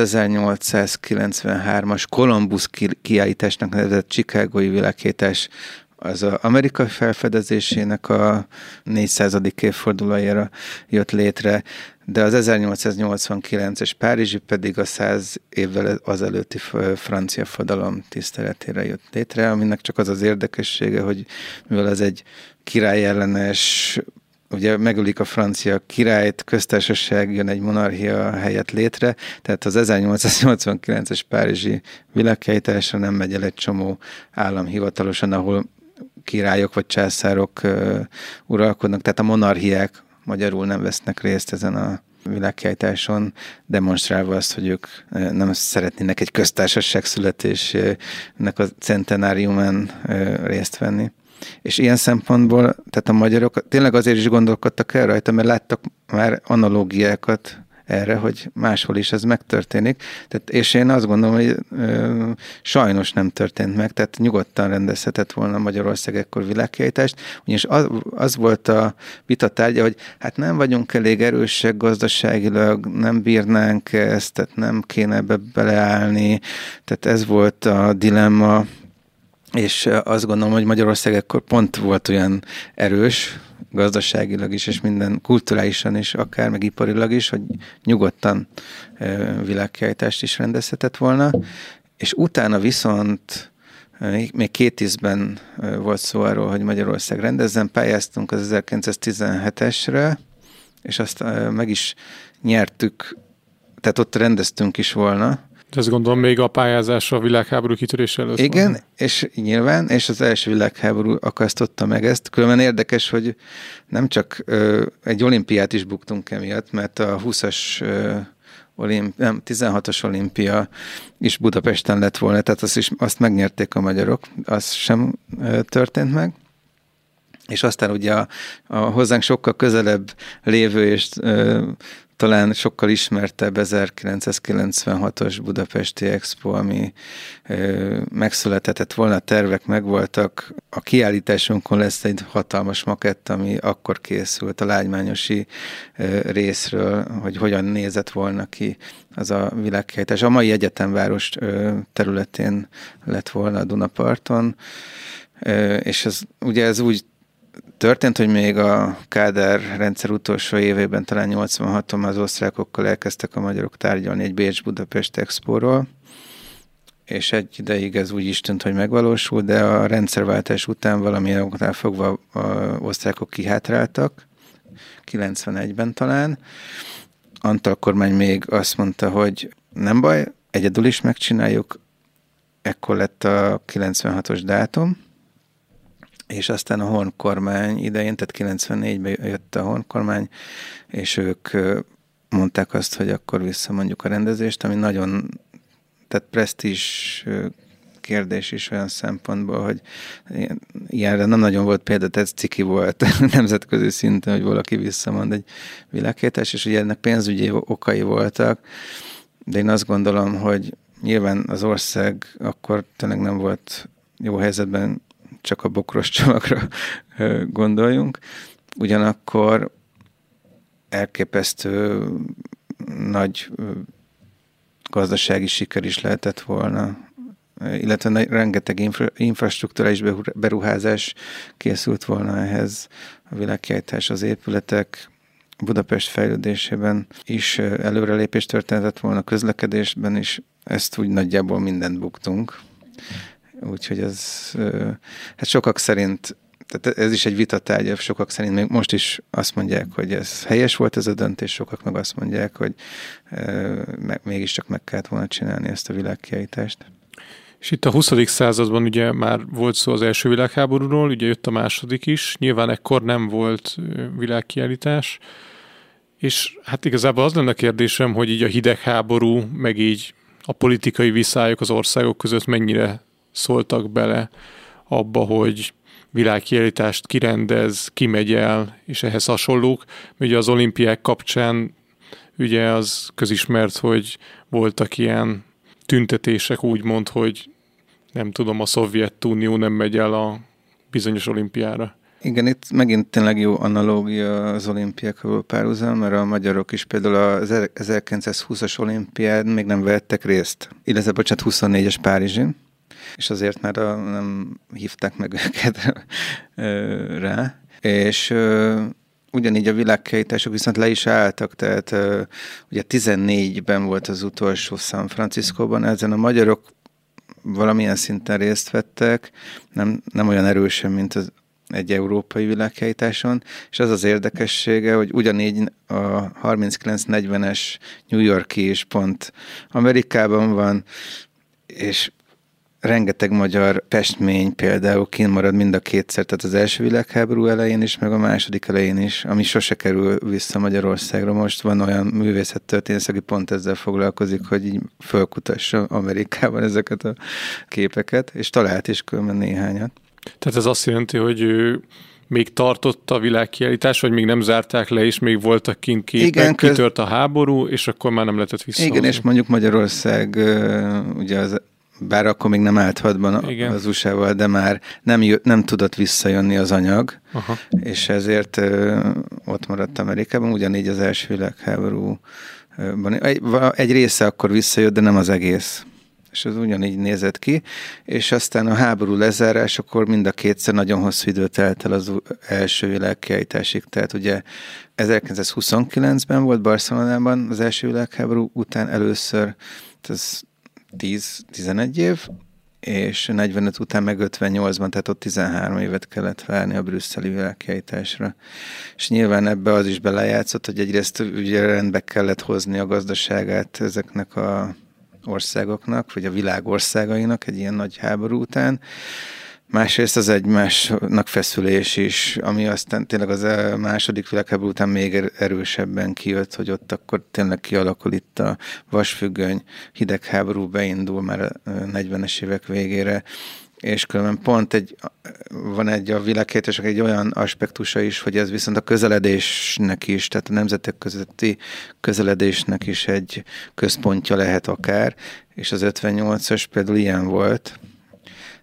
ezernyolcszázkilencvenhármas Columbus kiállításnak nevezett Chicagói világkiállítás az az Amerika felfedezésének a négyszázadik évfordulójára jött létre, de az ezernyolcszáznyolcvankilences Párizsi pedig a száz évvel azelőtti francia forradalom tiszteletére jött létre, aminek csak az az érdekessége, hogy mivel ez egy királyellenes, ugye megölik a francia királyt, köztársaság, jön egy monarchia helyett létre, tehát az ezernyolcszáznyolcvankilences Párizsi világkiállításra nem megy el egy csomó állam hivatalosan, ahol királyok vagy császárok uh, uralkodnak, tehát a monarchiák magyarul nem vesznek részt ezen a világkiállításon, demonstrálva azt, hogy ők nem szeretnének egy köztársaság születésének a centenáriumán uh, részt venni. És ilyen szempontból, tehát a magyarok tényleg azért is gondolkodtak el rajta, mert láttak már analógiákat erre, hogy máshol is ez megtörténik. Tehát, és én azt gondolom, hogy ö, sajnos nem történt meg, tehát nyugodtan rendezhetett volna Magyarország ekkor világkiállítást, ugyanis az, az volt a vita tárgya, hogy hát nem vagyunk elég erősek gazdaságilag, nem bírnánk ezt, tehát nem kéne ebbe beleállni, tehát ez volt a dilemma, és azt gondolom, hogy Magyarország ekkor pont volt olyan erős, gazdaságilag is, és minden kulturálisan is, akár meg iparilag is, hogy nyugodtan világkiállítást is rendezhetett volna. És utána viszont még két ízben volt szó arról, hogy Magyarország rendezzen, pályáztunk az ezerkilencszáztizenhetesre, és azt meg is nyertük, tehát ott rendeztünk is volna. De ezt gondolom még a pályázásra a világháború kitörése előtt. Igen, volna. És nyilván, és az első világháború akasztotta meg ezt. Különben érdekes, hogy nem csak ö, egy olimpiát is buktunk emiatt, mert a húszas, ö, olimp, nem, tizenhatos olimpia is Budapesten lett volna, tehát azt, is, azt megnyerték a magyarok, az sem ö, történt meg. És aztán ugye a, a hozzánk sokkal közelebb lévő és ö, talán sokkal ismertebb ezerkilencszázkilencvenhatos Budapesti Expo, ami ö, megszületett volna, tervek megvoltak, a kiállításunkon lesz egy hatalmas makett, ami akkor készült a lágymányosi részről, hogy hogyan nézett volna ki az a világkiállítás. A mai egyetemváros területén lett volna a Dunaparton, és ez, ugye ez úgy történt, hogy még a Kádár rendszer utolsó évében, talán nyolcvanhaton az osztrákokkal elkezdtek a magyarok tárgyalni egy Bécs-Budapest Expóról, és egy ideig ez úgy is tűnt, hogy megvalósul, de a rendszerváltás után valamilyen oknál fogva az osztrákok kihátráltak, kilencvenegyben talán. Antal kormány még azt mondta, hogy nem baj, egyedül is megcsináljuk, ekkor lett a kilencvenhatos dátum, és aztán a Horn kormány idején, tehát kilencvennégyben jött a Horn kormány, és ők mondták azt, hogy akkor visszamondjuk a rendezést, ami nagyon, tehát presztízs kérdés is olyan szempontból, hogy ilyenre nem nagyon volt példa, ez ciki volt nemzetközi szinten, hogy valaki visszamond egy világkiállítást, és ugye ennek pénzügyi okai voltak, de én azt gondolom, hogy nyilván az ország akkor tényleg nem volt jó helyzetben, csak a bokros csomagra gondoljunk. Ugyanakkor elképesztő nagy gazdasági siker is lehetett volna, illetve rengeteg infra, infrastruktúrális beruházás készült volna ehhez. A világkiállítás, az épületek, Budapest fejlődésében is előrelépés történhetett volna, közlekedésben is, ezt úgy nagyjából mindent buktunk. Úgyhogy ez, hát sokak szerint, tehát ez is egy vitatárgya, sokak szerint még most is azt mondják, hogy ez helyes volt ez a döntés, sokak meg azt mondják, hogy meg, mégiscsak meg kellett volna csinálni ezt a világkiállítást. És itt a huszadik században ugye már volt szó az első világháborúról, ugye jött a második is, nyilván ekkor nem volt világkiállítás, és hát igazából az lenne a kérdésem, hogy így a hidegháború, meg így a politikai viszályok az országok között mennyire szóltak bele abba, hogy világkiállítást kirendez, kimegy el, és ehhez hasonlók. Ugye az olimpiák kapcsán ugye az közismert, hogy voltak ilyen tüntetések, úgymond, hogy nem tudom, a Szovjetunió nem megy el a bizonyos olimpiára. Igen, itt megint tényleg jó analógia az olimpiákkal párhuzam, mert a magyarok is például az ezerkilencszázhúszas olimpián még nem vettek részt, illetve bocsánat, huszonnégyes Párizsin, és azért már a, nem hívták meg őket rá. És ugyanígy a világkiállítások viszont le is álltak, tehát ugye tizennégyben volt az utolsó San Franciscóban, ezen a magyarok valamilyen szinten részt vettek, nem, nem olyan erősen, mint az egy európai világkiállításon, és az az érdekessége, hogy ugyanígy a harminckilenc negyvenes New York-i is pont Amerikában van, és rengeteg magyar festmény például kimarad mind a kétszer, tehát az első világháború elején is, meg a második elején is, ami sose kerül vissza Magyarországra. Most van olyan művészettörténész, aki pont ezzel foglalkozik, hogy így fölkutassa Amerikában ezeket a képeket, és talált is különben néhányat. Tehát ez azt jelenti, hogy ő még tartott a világkiállítás, vagy még nem zárták le, és még voltak kint képek, igen, köz... kitört a háború, és akkor már nem lehetett visszahozni. Igen, és mondjuk Magyarország, ugye az bár akkor még nem állt hadban igen. az u es á-val, de már nem, jö, nem tudott visszajönni az anyag, aha. és ezért ö, ott maradt Amerikában, ugyanígy az első világháborúban. Egy, egy része akkor visszajött, de nem az egész. És ez ugyanígy nézett ki, és aztán a háború lezárásakor mind a kétszer nagyon hosszú időt telt el az első világkiállításig. Tehát ugye ezerkilencszázhuszonkilencben volt Barcelonában az első világháború után először, ez tíz-tizenegy év, és negyvenöt után meg ötvennyolcban, tehát ott tizenhárom évet kellett várni a brüsszeli világkiállításra. És nyilván ebbe az is belejátszott, hogy egyrészt ugye rendbe kellett hozni a gazdaságát ezeknek a országoknak, vagy a világ országainak egy ilyen nagy háború után. Másrészt az egymásnak feszülés is, ami aztán tényleg az a második világháború után még erősebben kijött, hogy ott akkor tényleg kialakul itt a vasfüggöny, hidegháború beindul már a negyvenes évek végére, és különben pont egy, van egy a világkiállításnak egy olyan aspektusa is, hogy ez viszont a közeledésnek is, tehát a nemzetek közötti közeledésnek is egy központja lehet akár, és az ötvennyolcas például ilyen volt.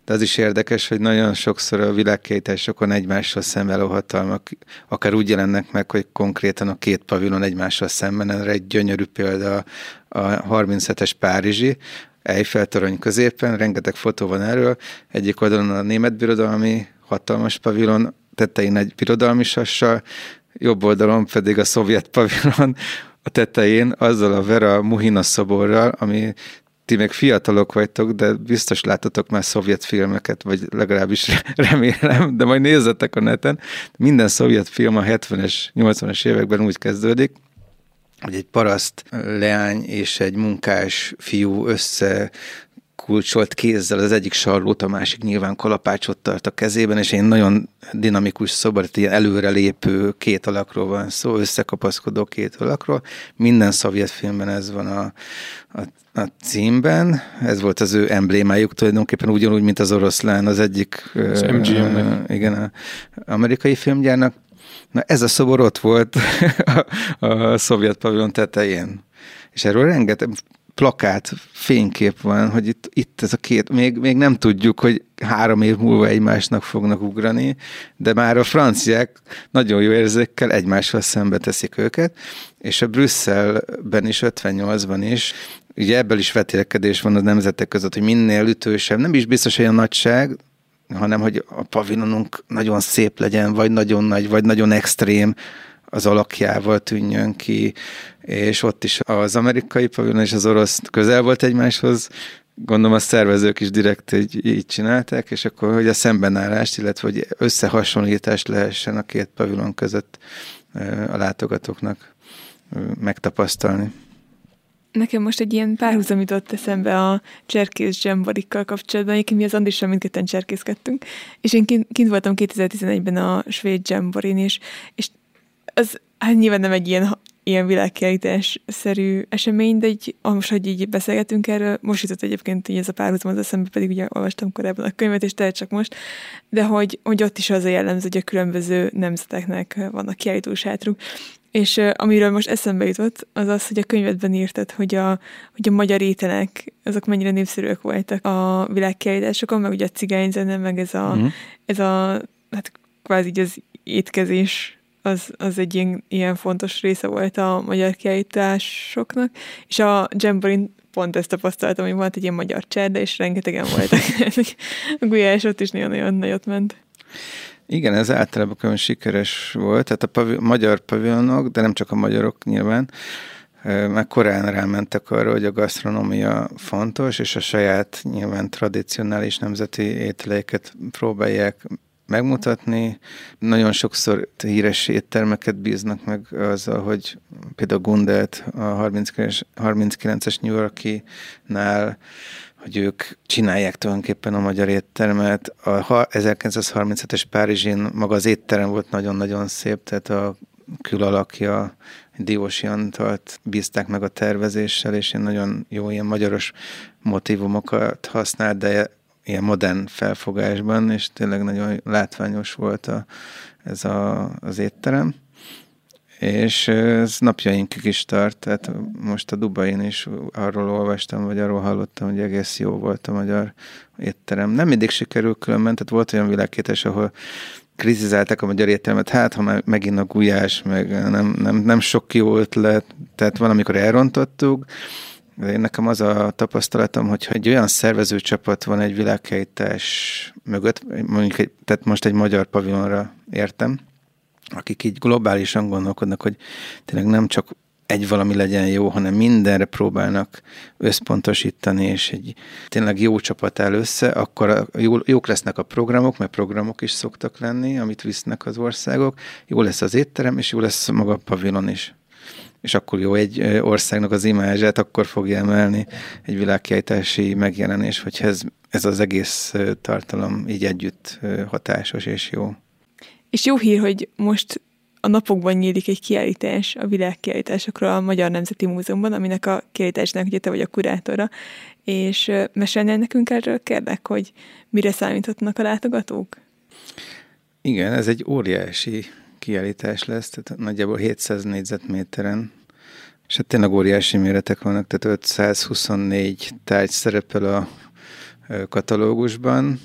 De az is érdekes, hogy nagyon sokszor a világkiállításokon egymással szemben álló hatalmak akár úgy jelennek meg, hogy konkrétan a két pavilon egymással szemben, erre egy gyönyörű példa a harminchetes párizsi, Eiffel-torony középen, rengeteg fotó van erről, egyik oldalon a német birodalmi hatalmas pavilon, tetején egy birodalmi sassal, jobb oldalon pedig a szovjet pavilon, a tetején azzal a Vera Muhina szoborral, ami ti még fiatalok vagytok, de biztos láttatok már szovjet filmeket, vagy legalábbis remélem, de majd nézzetek a neten. Minden szovjet film a hetvenes, nyolcvanas években úgy kezdődik, hogy egy paraszt leány és egy munkás fiú össze kulcsolt kézzel az egyik sarlót, a másik nyilván kalapácsot tart a kezében, és egy nagyon dinamikus szobor, ilyen előrelépő két alakról van szó, összekapaszkodó két alakról. Minden szovjet filmben ez van a, a, a címben, ez volt az ő emblémájuk tulajdonképpen ugyanúgy, mint az oroszlán, az egyik az em gé em-nek. Igen, a amerikai filmgyárnak. Na ez a szobor ott volt a, a szovjet pavilon tetején. És erről rengeteg plakát, fénykép van, hogy itt, itt ez a két, még, még nem tudjuk, hogy három év múlva egymásnak fognak ugrani, de már a franciák nagyon jó érzékkel egymással szembe teszik őket, és a Brüsszelben is, ötvennyolcban is, ugye ebből is vetélkedés van a nemzetek között, hogy minél ütősebb, nem is biztos, hogy a nagyság, hanem hogy a pavilonunk nagyon szép legyen, vagy nagyon nagy, vagy nagyon extrém, az alakjával tűnjön ki, és ott is az amerikai pavilon és az orosz közel volt egymáshoz, gondolom a szervezők is direkt így, így csinálták, és akkor, hogy a szembenállást, illetve hogy összehasonlítást lehessen a két pavilon között a látogatóknak megtapasztalni. Nekem most egy ilyen párhuzam jutott eszembe a cserkész zsembarikkal kapcsolatban, egyébként mi az Andrissal mindketten cserkészkedtünk, és én kint, kint voltam kétezer-tizenegyben a svéd zsemborin is, és az hát nyilván nem egy ilyen, ilyen világkiállítás-szerű esemény, de így, most, hogy így beszélgetünk erről, most jutott egyébként így ez a párhuzam az eszembe, pedig ugye olvastam korábban a könyvet, és te csak most, de hogy, hogy ott is az a jellemző, hogy a különböző nemzeteknek vannak kiállítósátruk. És uh, amiről most eszembe jutott, az az, hogy a könyvedben írtad, hogy a, hogy a magyar ételek, azok mennyire népszerűek voltak a világkiállításokon, meg ugye a cigányzene, meg ez a, mm. ez a hát kvázi így az étkezés, az, az egy ilyen, ilyen fontos része volt a magyar kiállításoknak, és a Jamborin pont ezt tapasztaltam, hogy volt egy ilyen magyar cserde, és rengetegen voltak. A gulyás ott is nagyon-nagyon nagyot ment. Igen, ez általában olyan sikeres volt, tehát a pavi- magyar pavilonok, de nem csak a magyarok nyilván, meg korán rámentek arra, hogy a gasztronómia fontos, és a saját nyilván tradicionális nemzeti ételeiket próbálják megmutatni. Nagyon sokszor híres éttermeket bíznak meg azzal, hogy például Gundelt a harminckilences New Yorki-nál, hogy ők csinálják tulajdonképpen a magyar éttermet. A ezerkilencszázharminchetes Párizsin maga az étterem volt nagyon-nagyon szép, tehát a külalakja, Diósi Antalt bízták meg a tervezéssel, és én nagyon jó ilyen magyaros motívumokat használt, de ilyen modern felfogásban, és tényleg nagyon látványos volt a, ez a, az étterem. És ez napjainkig is tart, tehát most a Dubain is arról olvastam, vagy arról hallottam, hogy egész jó volt a magyar étterem. Nem mindig sikerül különben, tehát volt olyan világkiállítás, ahol kritizálták a magyar éttermet, hát ha már megint a gulyás, meg nem, nem, nem sok jó ötlet, tehát valamikor elrontottuk, de én nekem az a tapasztalatom, hogy egy olyan szervezőcsapat van egy világkiállítás mögött, mondjuk egy, tehát most egy magyar pavilonra értem, akik így globálisan gondolkodnak, hogy tényleg nem csak egy valami legyen jó, hanem mindenre próbálnak összpontosítani, és egy tényleg jó csapat áll össze, akkor a, jó, jók lesznek a programok, mert programok is szoktak lenni, amit visznek az országok, jó lesz az étterem, és jó lesz maga a pavilon is. És akkor jó egy országnak az imázsát, akkor fogja emelni egy világkiállítási megjelenés, hogy ez, ez az egész tartalom így együtt hatásos és jó. És jó hír, hogy most a napokban nyílik egy kiállítás a világkiállításokról a Magyar Nemzeti Múzeumban, aminek a kiállításnak ugye te vagy a kurátora, és mesélnél nekünk erről, kérlek, hogy mire számíthatnak a látogatók? Igen, ez egy óriási kiállítás lesz, tehát nagyjából hétszáz négyzetméteren, és hát tényleg óriási méretek vannak, tehát ötszázhuszonnégy tárgy szerepel a katalógusban,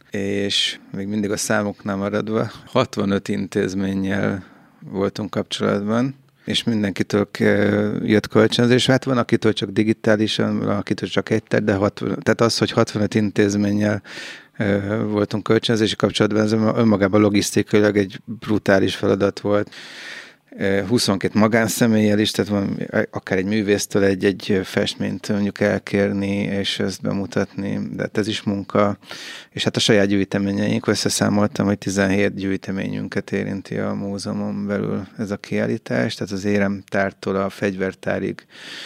és még mindig a számoknál maradva hatvanöt intézménnyel voltunk kapcsolatban, és mindenkitől jött kölcsönzés. Hát van, akitől csak digitálisan, van, akitől csak egyszer, de hatvan, tehát az, hogy hatvanöt intézménnyel voltunk kölcsönzési kapcsolatban, ez önmagában logisztikailag egy brutális feladat volt. huszonkét magánszemélyel is, tehát van akár egy művésztől egy-egy festményt mondjuk elkérni, és ezt bemutatni, de hát ez is munka. És hát a saját gyűjteményeink, összeszámoltam, hogy tizenhét gyűjteményünket érinti a múzeumon belül ez a kiállítás, tehát az éremtártól a fegyvertárig,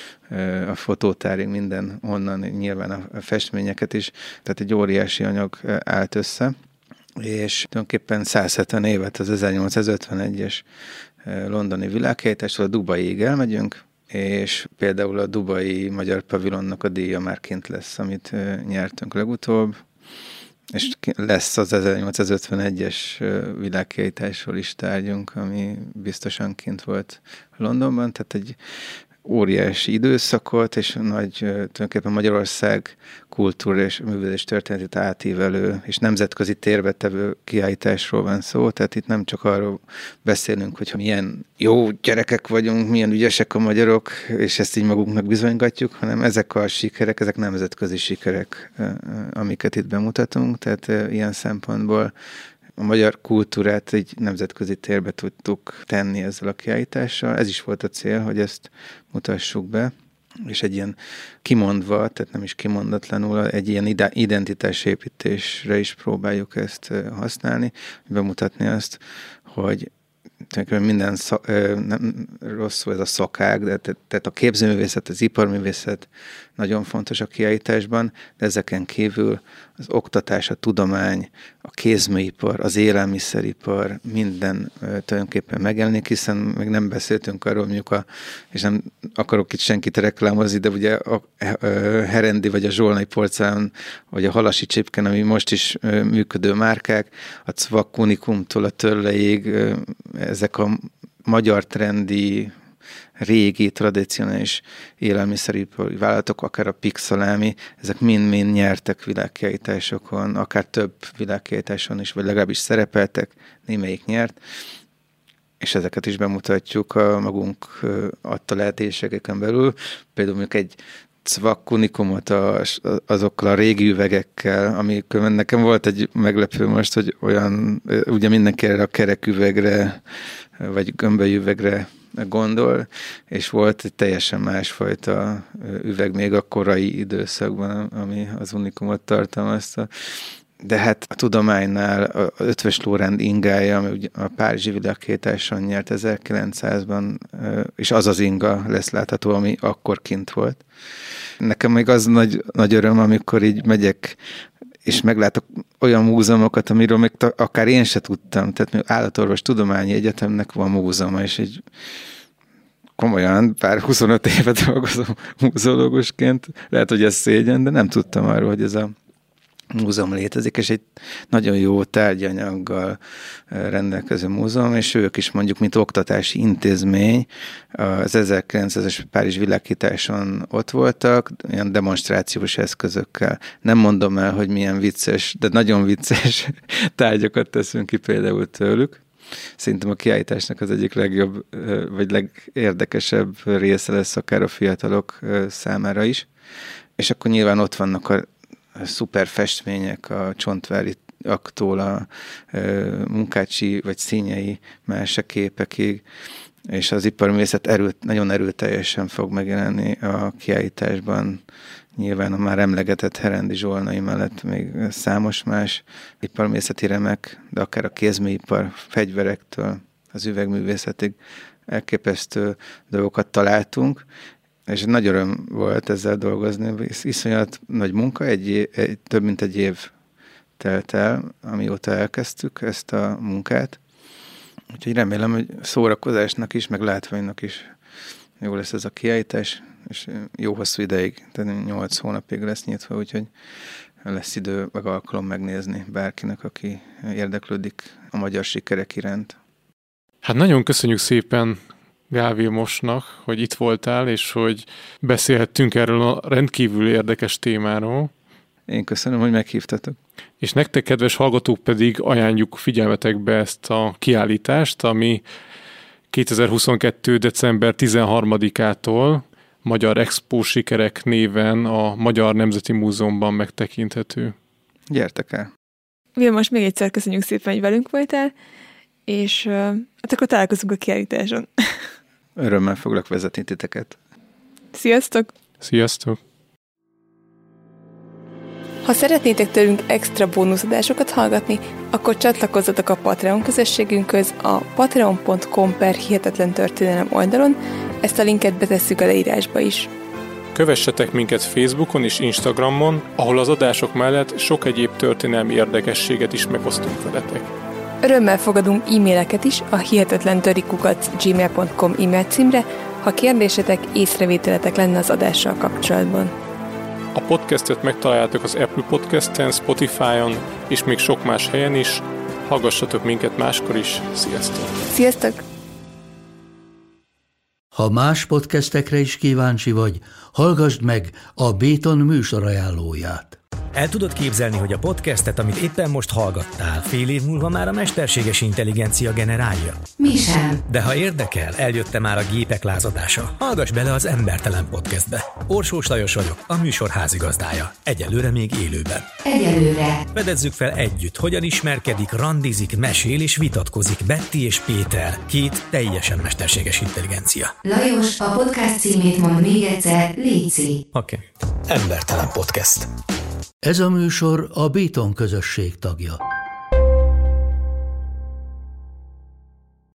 a fotótárig, minden onnan, nyilván a festményeket is, tehát egy óriási anyag állt össze, és tulajdonképpen száz hetven évet az ezernyolcszázötvenegyes londoni világkiállításról a Dubaiig elmegyünk, és például a Dubai Magyar Pavilonnak a díja már kint lesz, amit nyertünk legutóbb, és lesz az ezernyolcszázötvenegyes világkiállításról is tárgyunk, ami biztosan kint volt Londonban, tehát egy óriási időszakot, és nagy tulajdonképpen Magyarország kultúra és művelés történetét átívelő és nemzetközi térbe tevő kiállításról van szó, tehát itt nem csak arról beszélünk, hogy milyen jó gyerekek vagyunk, milyen ügyesek a magyarok, és ezt így magunknak bizonygatjuk, hanem ezek a sikerek, ezek nemzetközi sikerek, amiket itt bemutatunk, tehát ilyen szempontból a magyar kultúrát egy nemzetközi térbe tudtuk tenni ezzel a kiállítással. Ez is volt a cél, hogy ezt mutassuk be, és egy ilyen kimondva, tehát nem is kimondatlanul, egy ilyen identitásépítésre is próbáljuk ezt használni, bemutatni azt, hogy minden szak, nem rosszul ez a szakág, de tehát a képzőművészet, az iparművészet nagyon fontos a kiállításban, de ezeken kívül az oktatás, a tudomány, a kézműipar, az élelmiszeripar, minden tulajdonképpen megjelenik, hiszen még nem beszéltünk arról, mondjuk a, és nem akarok itt senkit reklámozni, de ugye a Herendi, vagy a Zsolnai porcelán, vagy a Halasi Csipken, ami most is működő márkák, a Cvak Unikumtól a Törleig, ezek a magyar trendi, régi, tradicionális élelmiszeripari vállalatok, akár a Pixalámi, ezek mind-mind nyertek világkiállításokon, akár több világkiállításon is, vagy legalábbis szerepeltek, némelyik nyert, és ezeket is bemutatjuk a magunk adta lehetőségeken belül. Például mondjuk egy Cvak Unikumot a, azokkal a régi üvegekkel, amikor nekem volt egy meglepő most, hogy olyan, ugye mindenki erre a kerek üvegre, vagy gömböly üvegre gondol, és volt egy teljesen másfajta üveg még a korai időszakban, ami az Unikumot tartalmazta. De hát a tudománynál a Ötvös Loránd ingája, ami ugye a Párizsi világkiállításon nyert ezerkilencszázban, és az az inga lesz látható, ami akkor kint volt. Nekem még az nagy, nagy öröm, amikor így megyek, és meglátok olyan múzeumokat, amiről még akár én se tudtam. Tehát Állatorvos Tudományi Egyetemnek van múzeuma, és így komolyan, pár huszonöt évet dolgozom múzeológusként, lehet, hogy ez szégyen, de nem tudtam arról, hogy ez a múzeum létezik, és egy nagyon jó tárgyanyaggal rendelkező múzeum, és ők is mondjuk, mint oktatási intézmény, az ezerkilencszázas Párizs világkiállításon ott voltak, olyan demonstrációs eszközökkel. Nem mondom el, hogy milyen vicces, de nagyon vicces tárgyakat teszünk ki például tőlük. Szerintem a kiállításnak az egyik legjobb, vagy legérdekesebb része lesz akár a fiatalok számára is. És akkor nyilván ott vannak a szuper festmények a Csontváriaktól a Munkácsi vagy Színyei meseképekig, és az iparművészet erőt, nagyon erőteljesen fog megjelenni a kiállításban. Nyilván a már emlegetett Herendi Zsolnai mellett még számos más iparművészeti remek, de akár a kézműipar, fegyverektől az üvegművészetig elképesztő dolgokat találtunk, és nagy öröm volt ezzel dolgozni, iszonyat nagy munka, egy, egy, több mint egy év telt el, amióta elkezdtük ezt a munkát. Úgyhogy remélem, hogy szórakozásnak is, meg látványnak is jó lesz ez a kiállítás, és jó hosszú ideig, tehát nyolc hónapig lesz nyitva, úgyhogy lesz idő, meg alkalom megnézni bárkinek, aki érdeklődik a magyar sikerek iránt. Hát nagyon köszönjük szépen Gál Vilmosnak, hogy itt voltál, és hogy beszélhettünk erről a rendkívül érdekes témáról. Én köszönöm, hogy meghívtatok. És nektek, kedves hallgatók, pedig ajánljuk figyelmetekbe ezt a kiállítást, ami kétezer-huszonkettő. december tizenharmadikától Magyar Expo Sikerek néven a Magyar Nemzeti Múzeumban megtekinthető. Gyertek el! Vilmos, még egyszer köszönjük szépen, hogy velünk voltál, és uh, hát akkor találkozunk a kiállításon. Örömmel foglak vezetni titeket. Sziasztok! Sziasztok! Ha szeretnétek tőlünk extra bónuszadásokat hallgatni, akkor csatlakozzatok a Patreon közösségünkhöz a patreon pont com per hihetetlen történelem oldalon, ezt a linket betesszük a leírásba is. Kövessetek minket Facebookon és Instagramon, ahol az adások mellett sok egyéb történelmi érdekességet is megosztunk veletek. Örömmel fogadunk e-maileket is a hihetetlentörikukac gmail pont com e-mail címre, ha kérdésetek, észrevételetek lenne az adással kapcsolatban. A podcastet megtaláljátok az Apple Podcasten, Spotify-on és még sok más helyen is. Hallgassatok minket máskor is. Sziasztok! Sziasztok! Ha más podcastekre is kíváncsi vagy, hallgassd meg a Béton műsor ajánlóját. El tudod képzelni, hogy a podcastet, amit éppen most hallgattál, fél év múlva már a mesterséges intelligencia generálja? Mi sem. De ha érdekel, eljött már a gépek lázadása. Hallgass bele az Embertelen Podcastbe. Orsós Lajos vagyok, a műsor házigazdája. Egyelőre még élőben. Egyelőre. Fedezzük fel együtt, hogyan ismerkedik, randizik, mesél és vitatkozik Betty és Péter, két teljesen mesterséges intelligencia. Lajos, a podcast címét mond még egyszer, léci. Oké. Okay. Embertelen Podcast. Ez a műsor a Béton közösség tagja.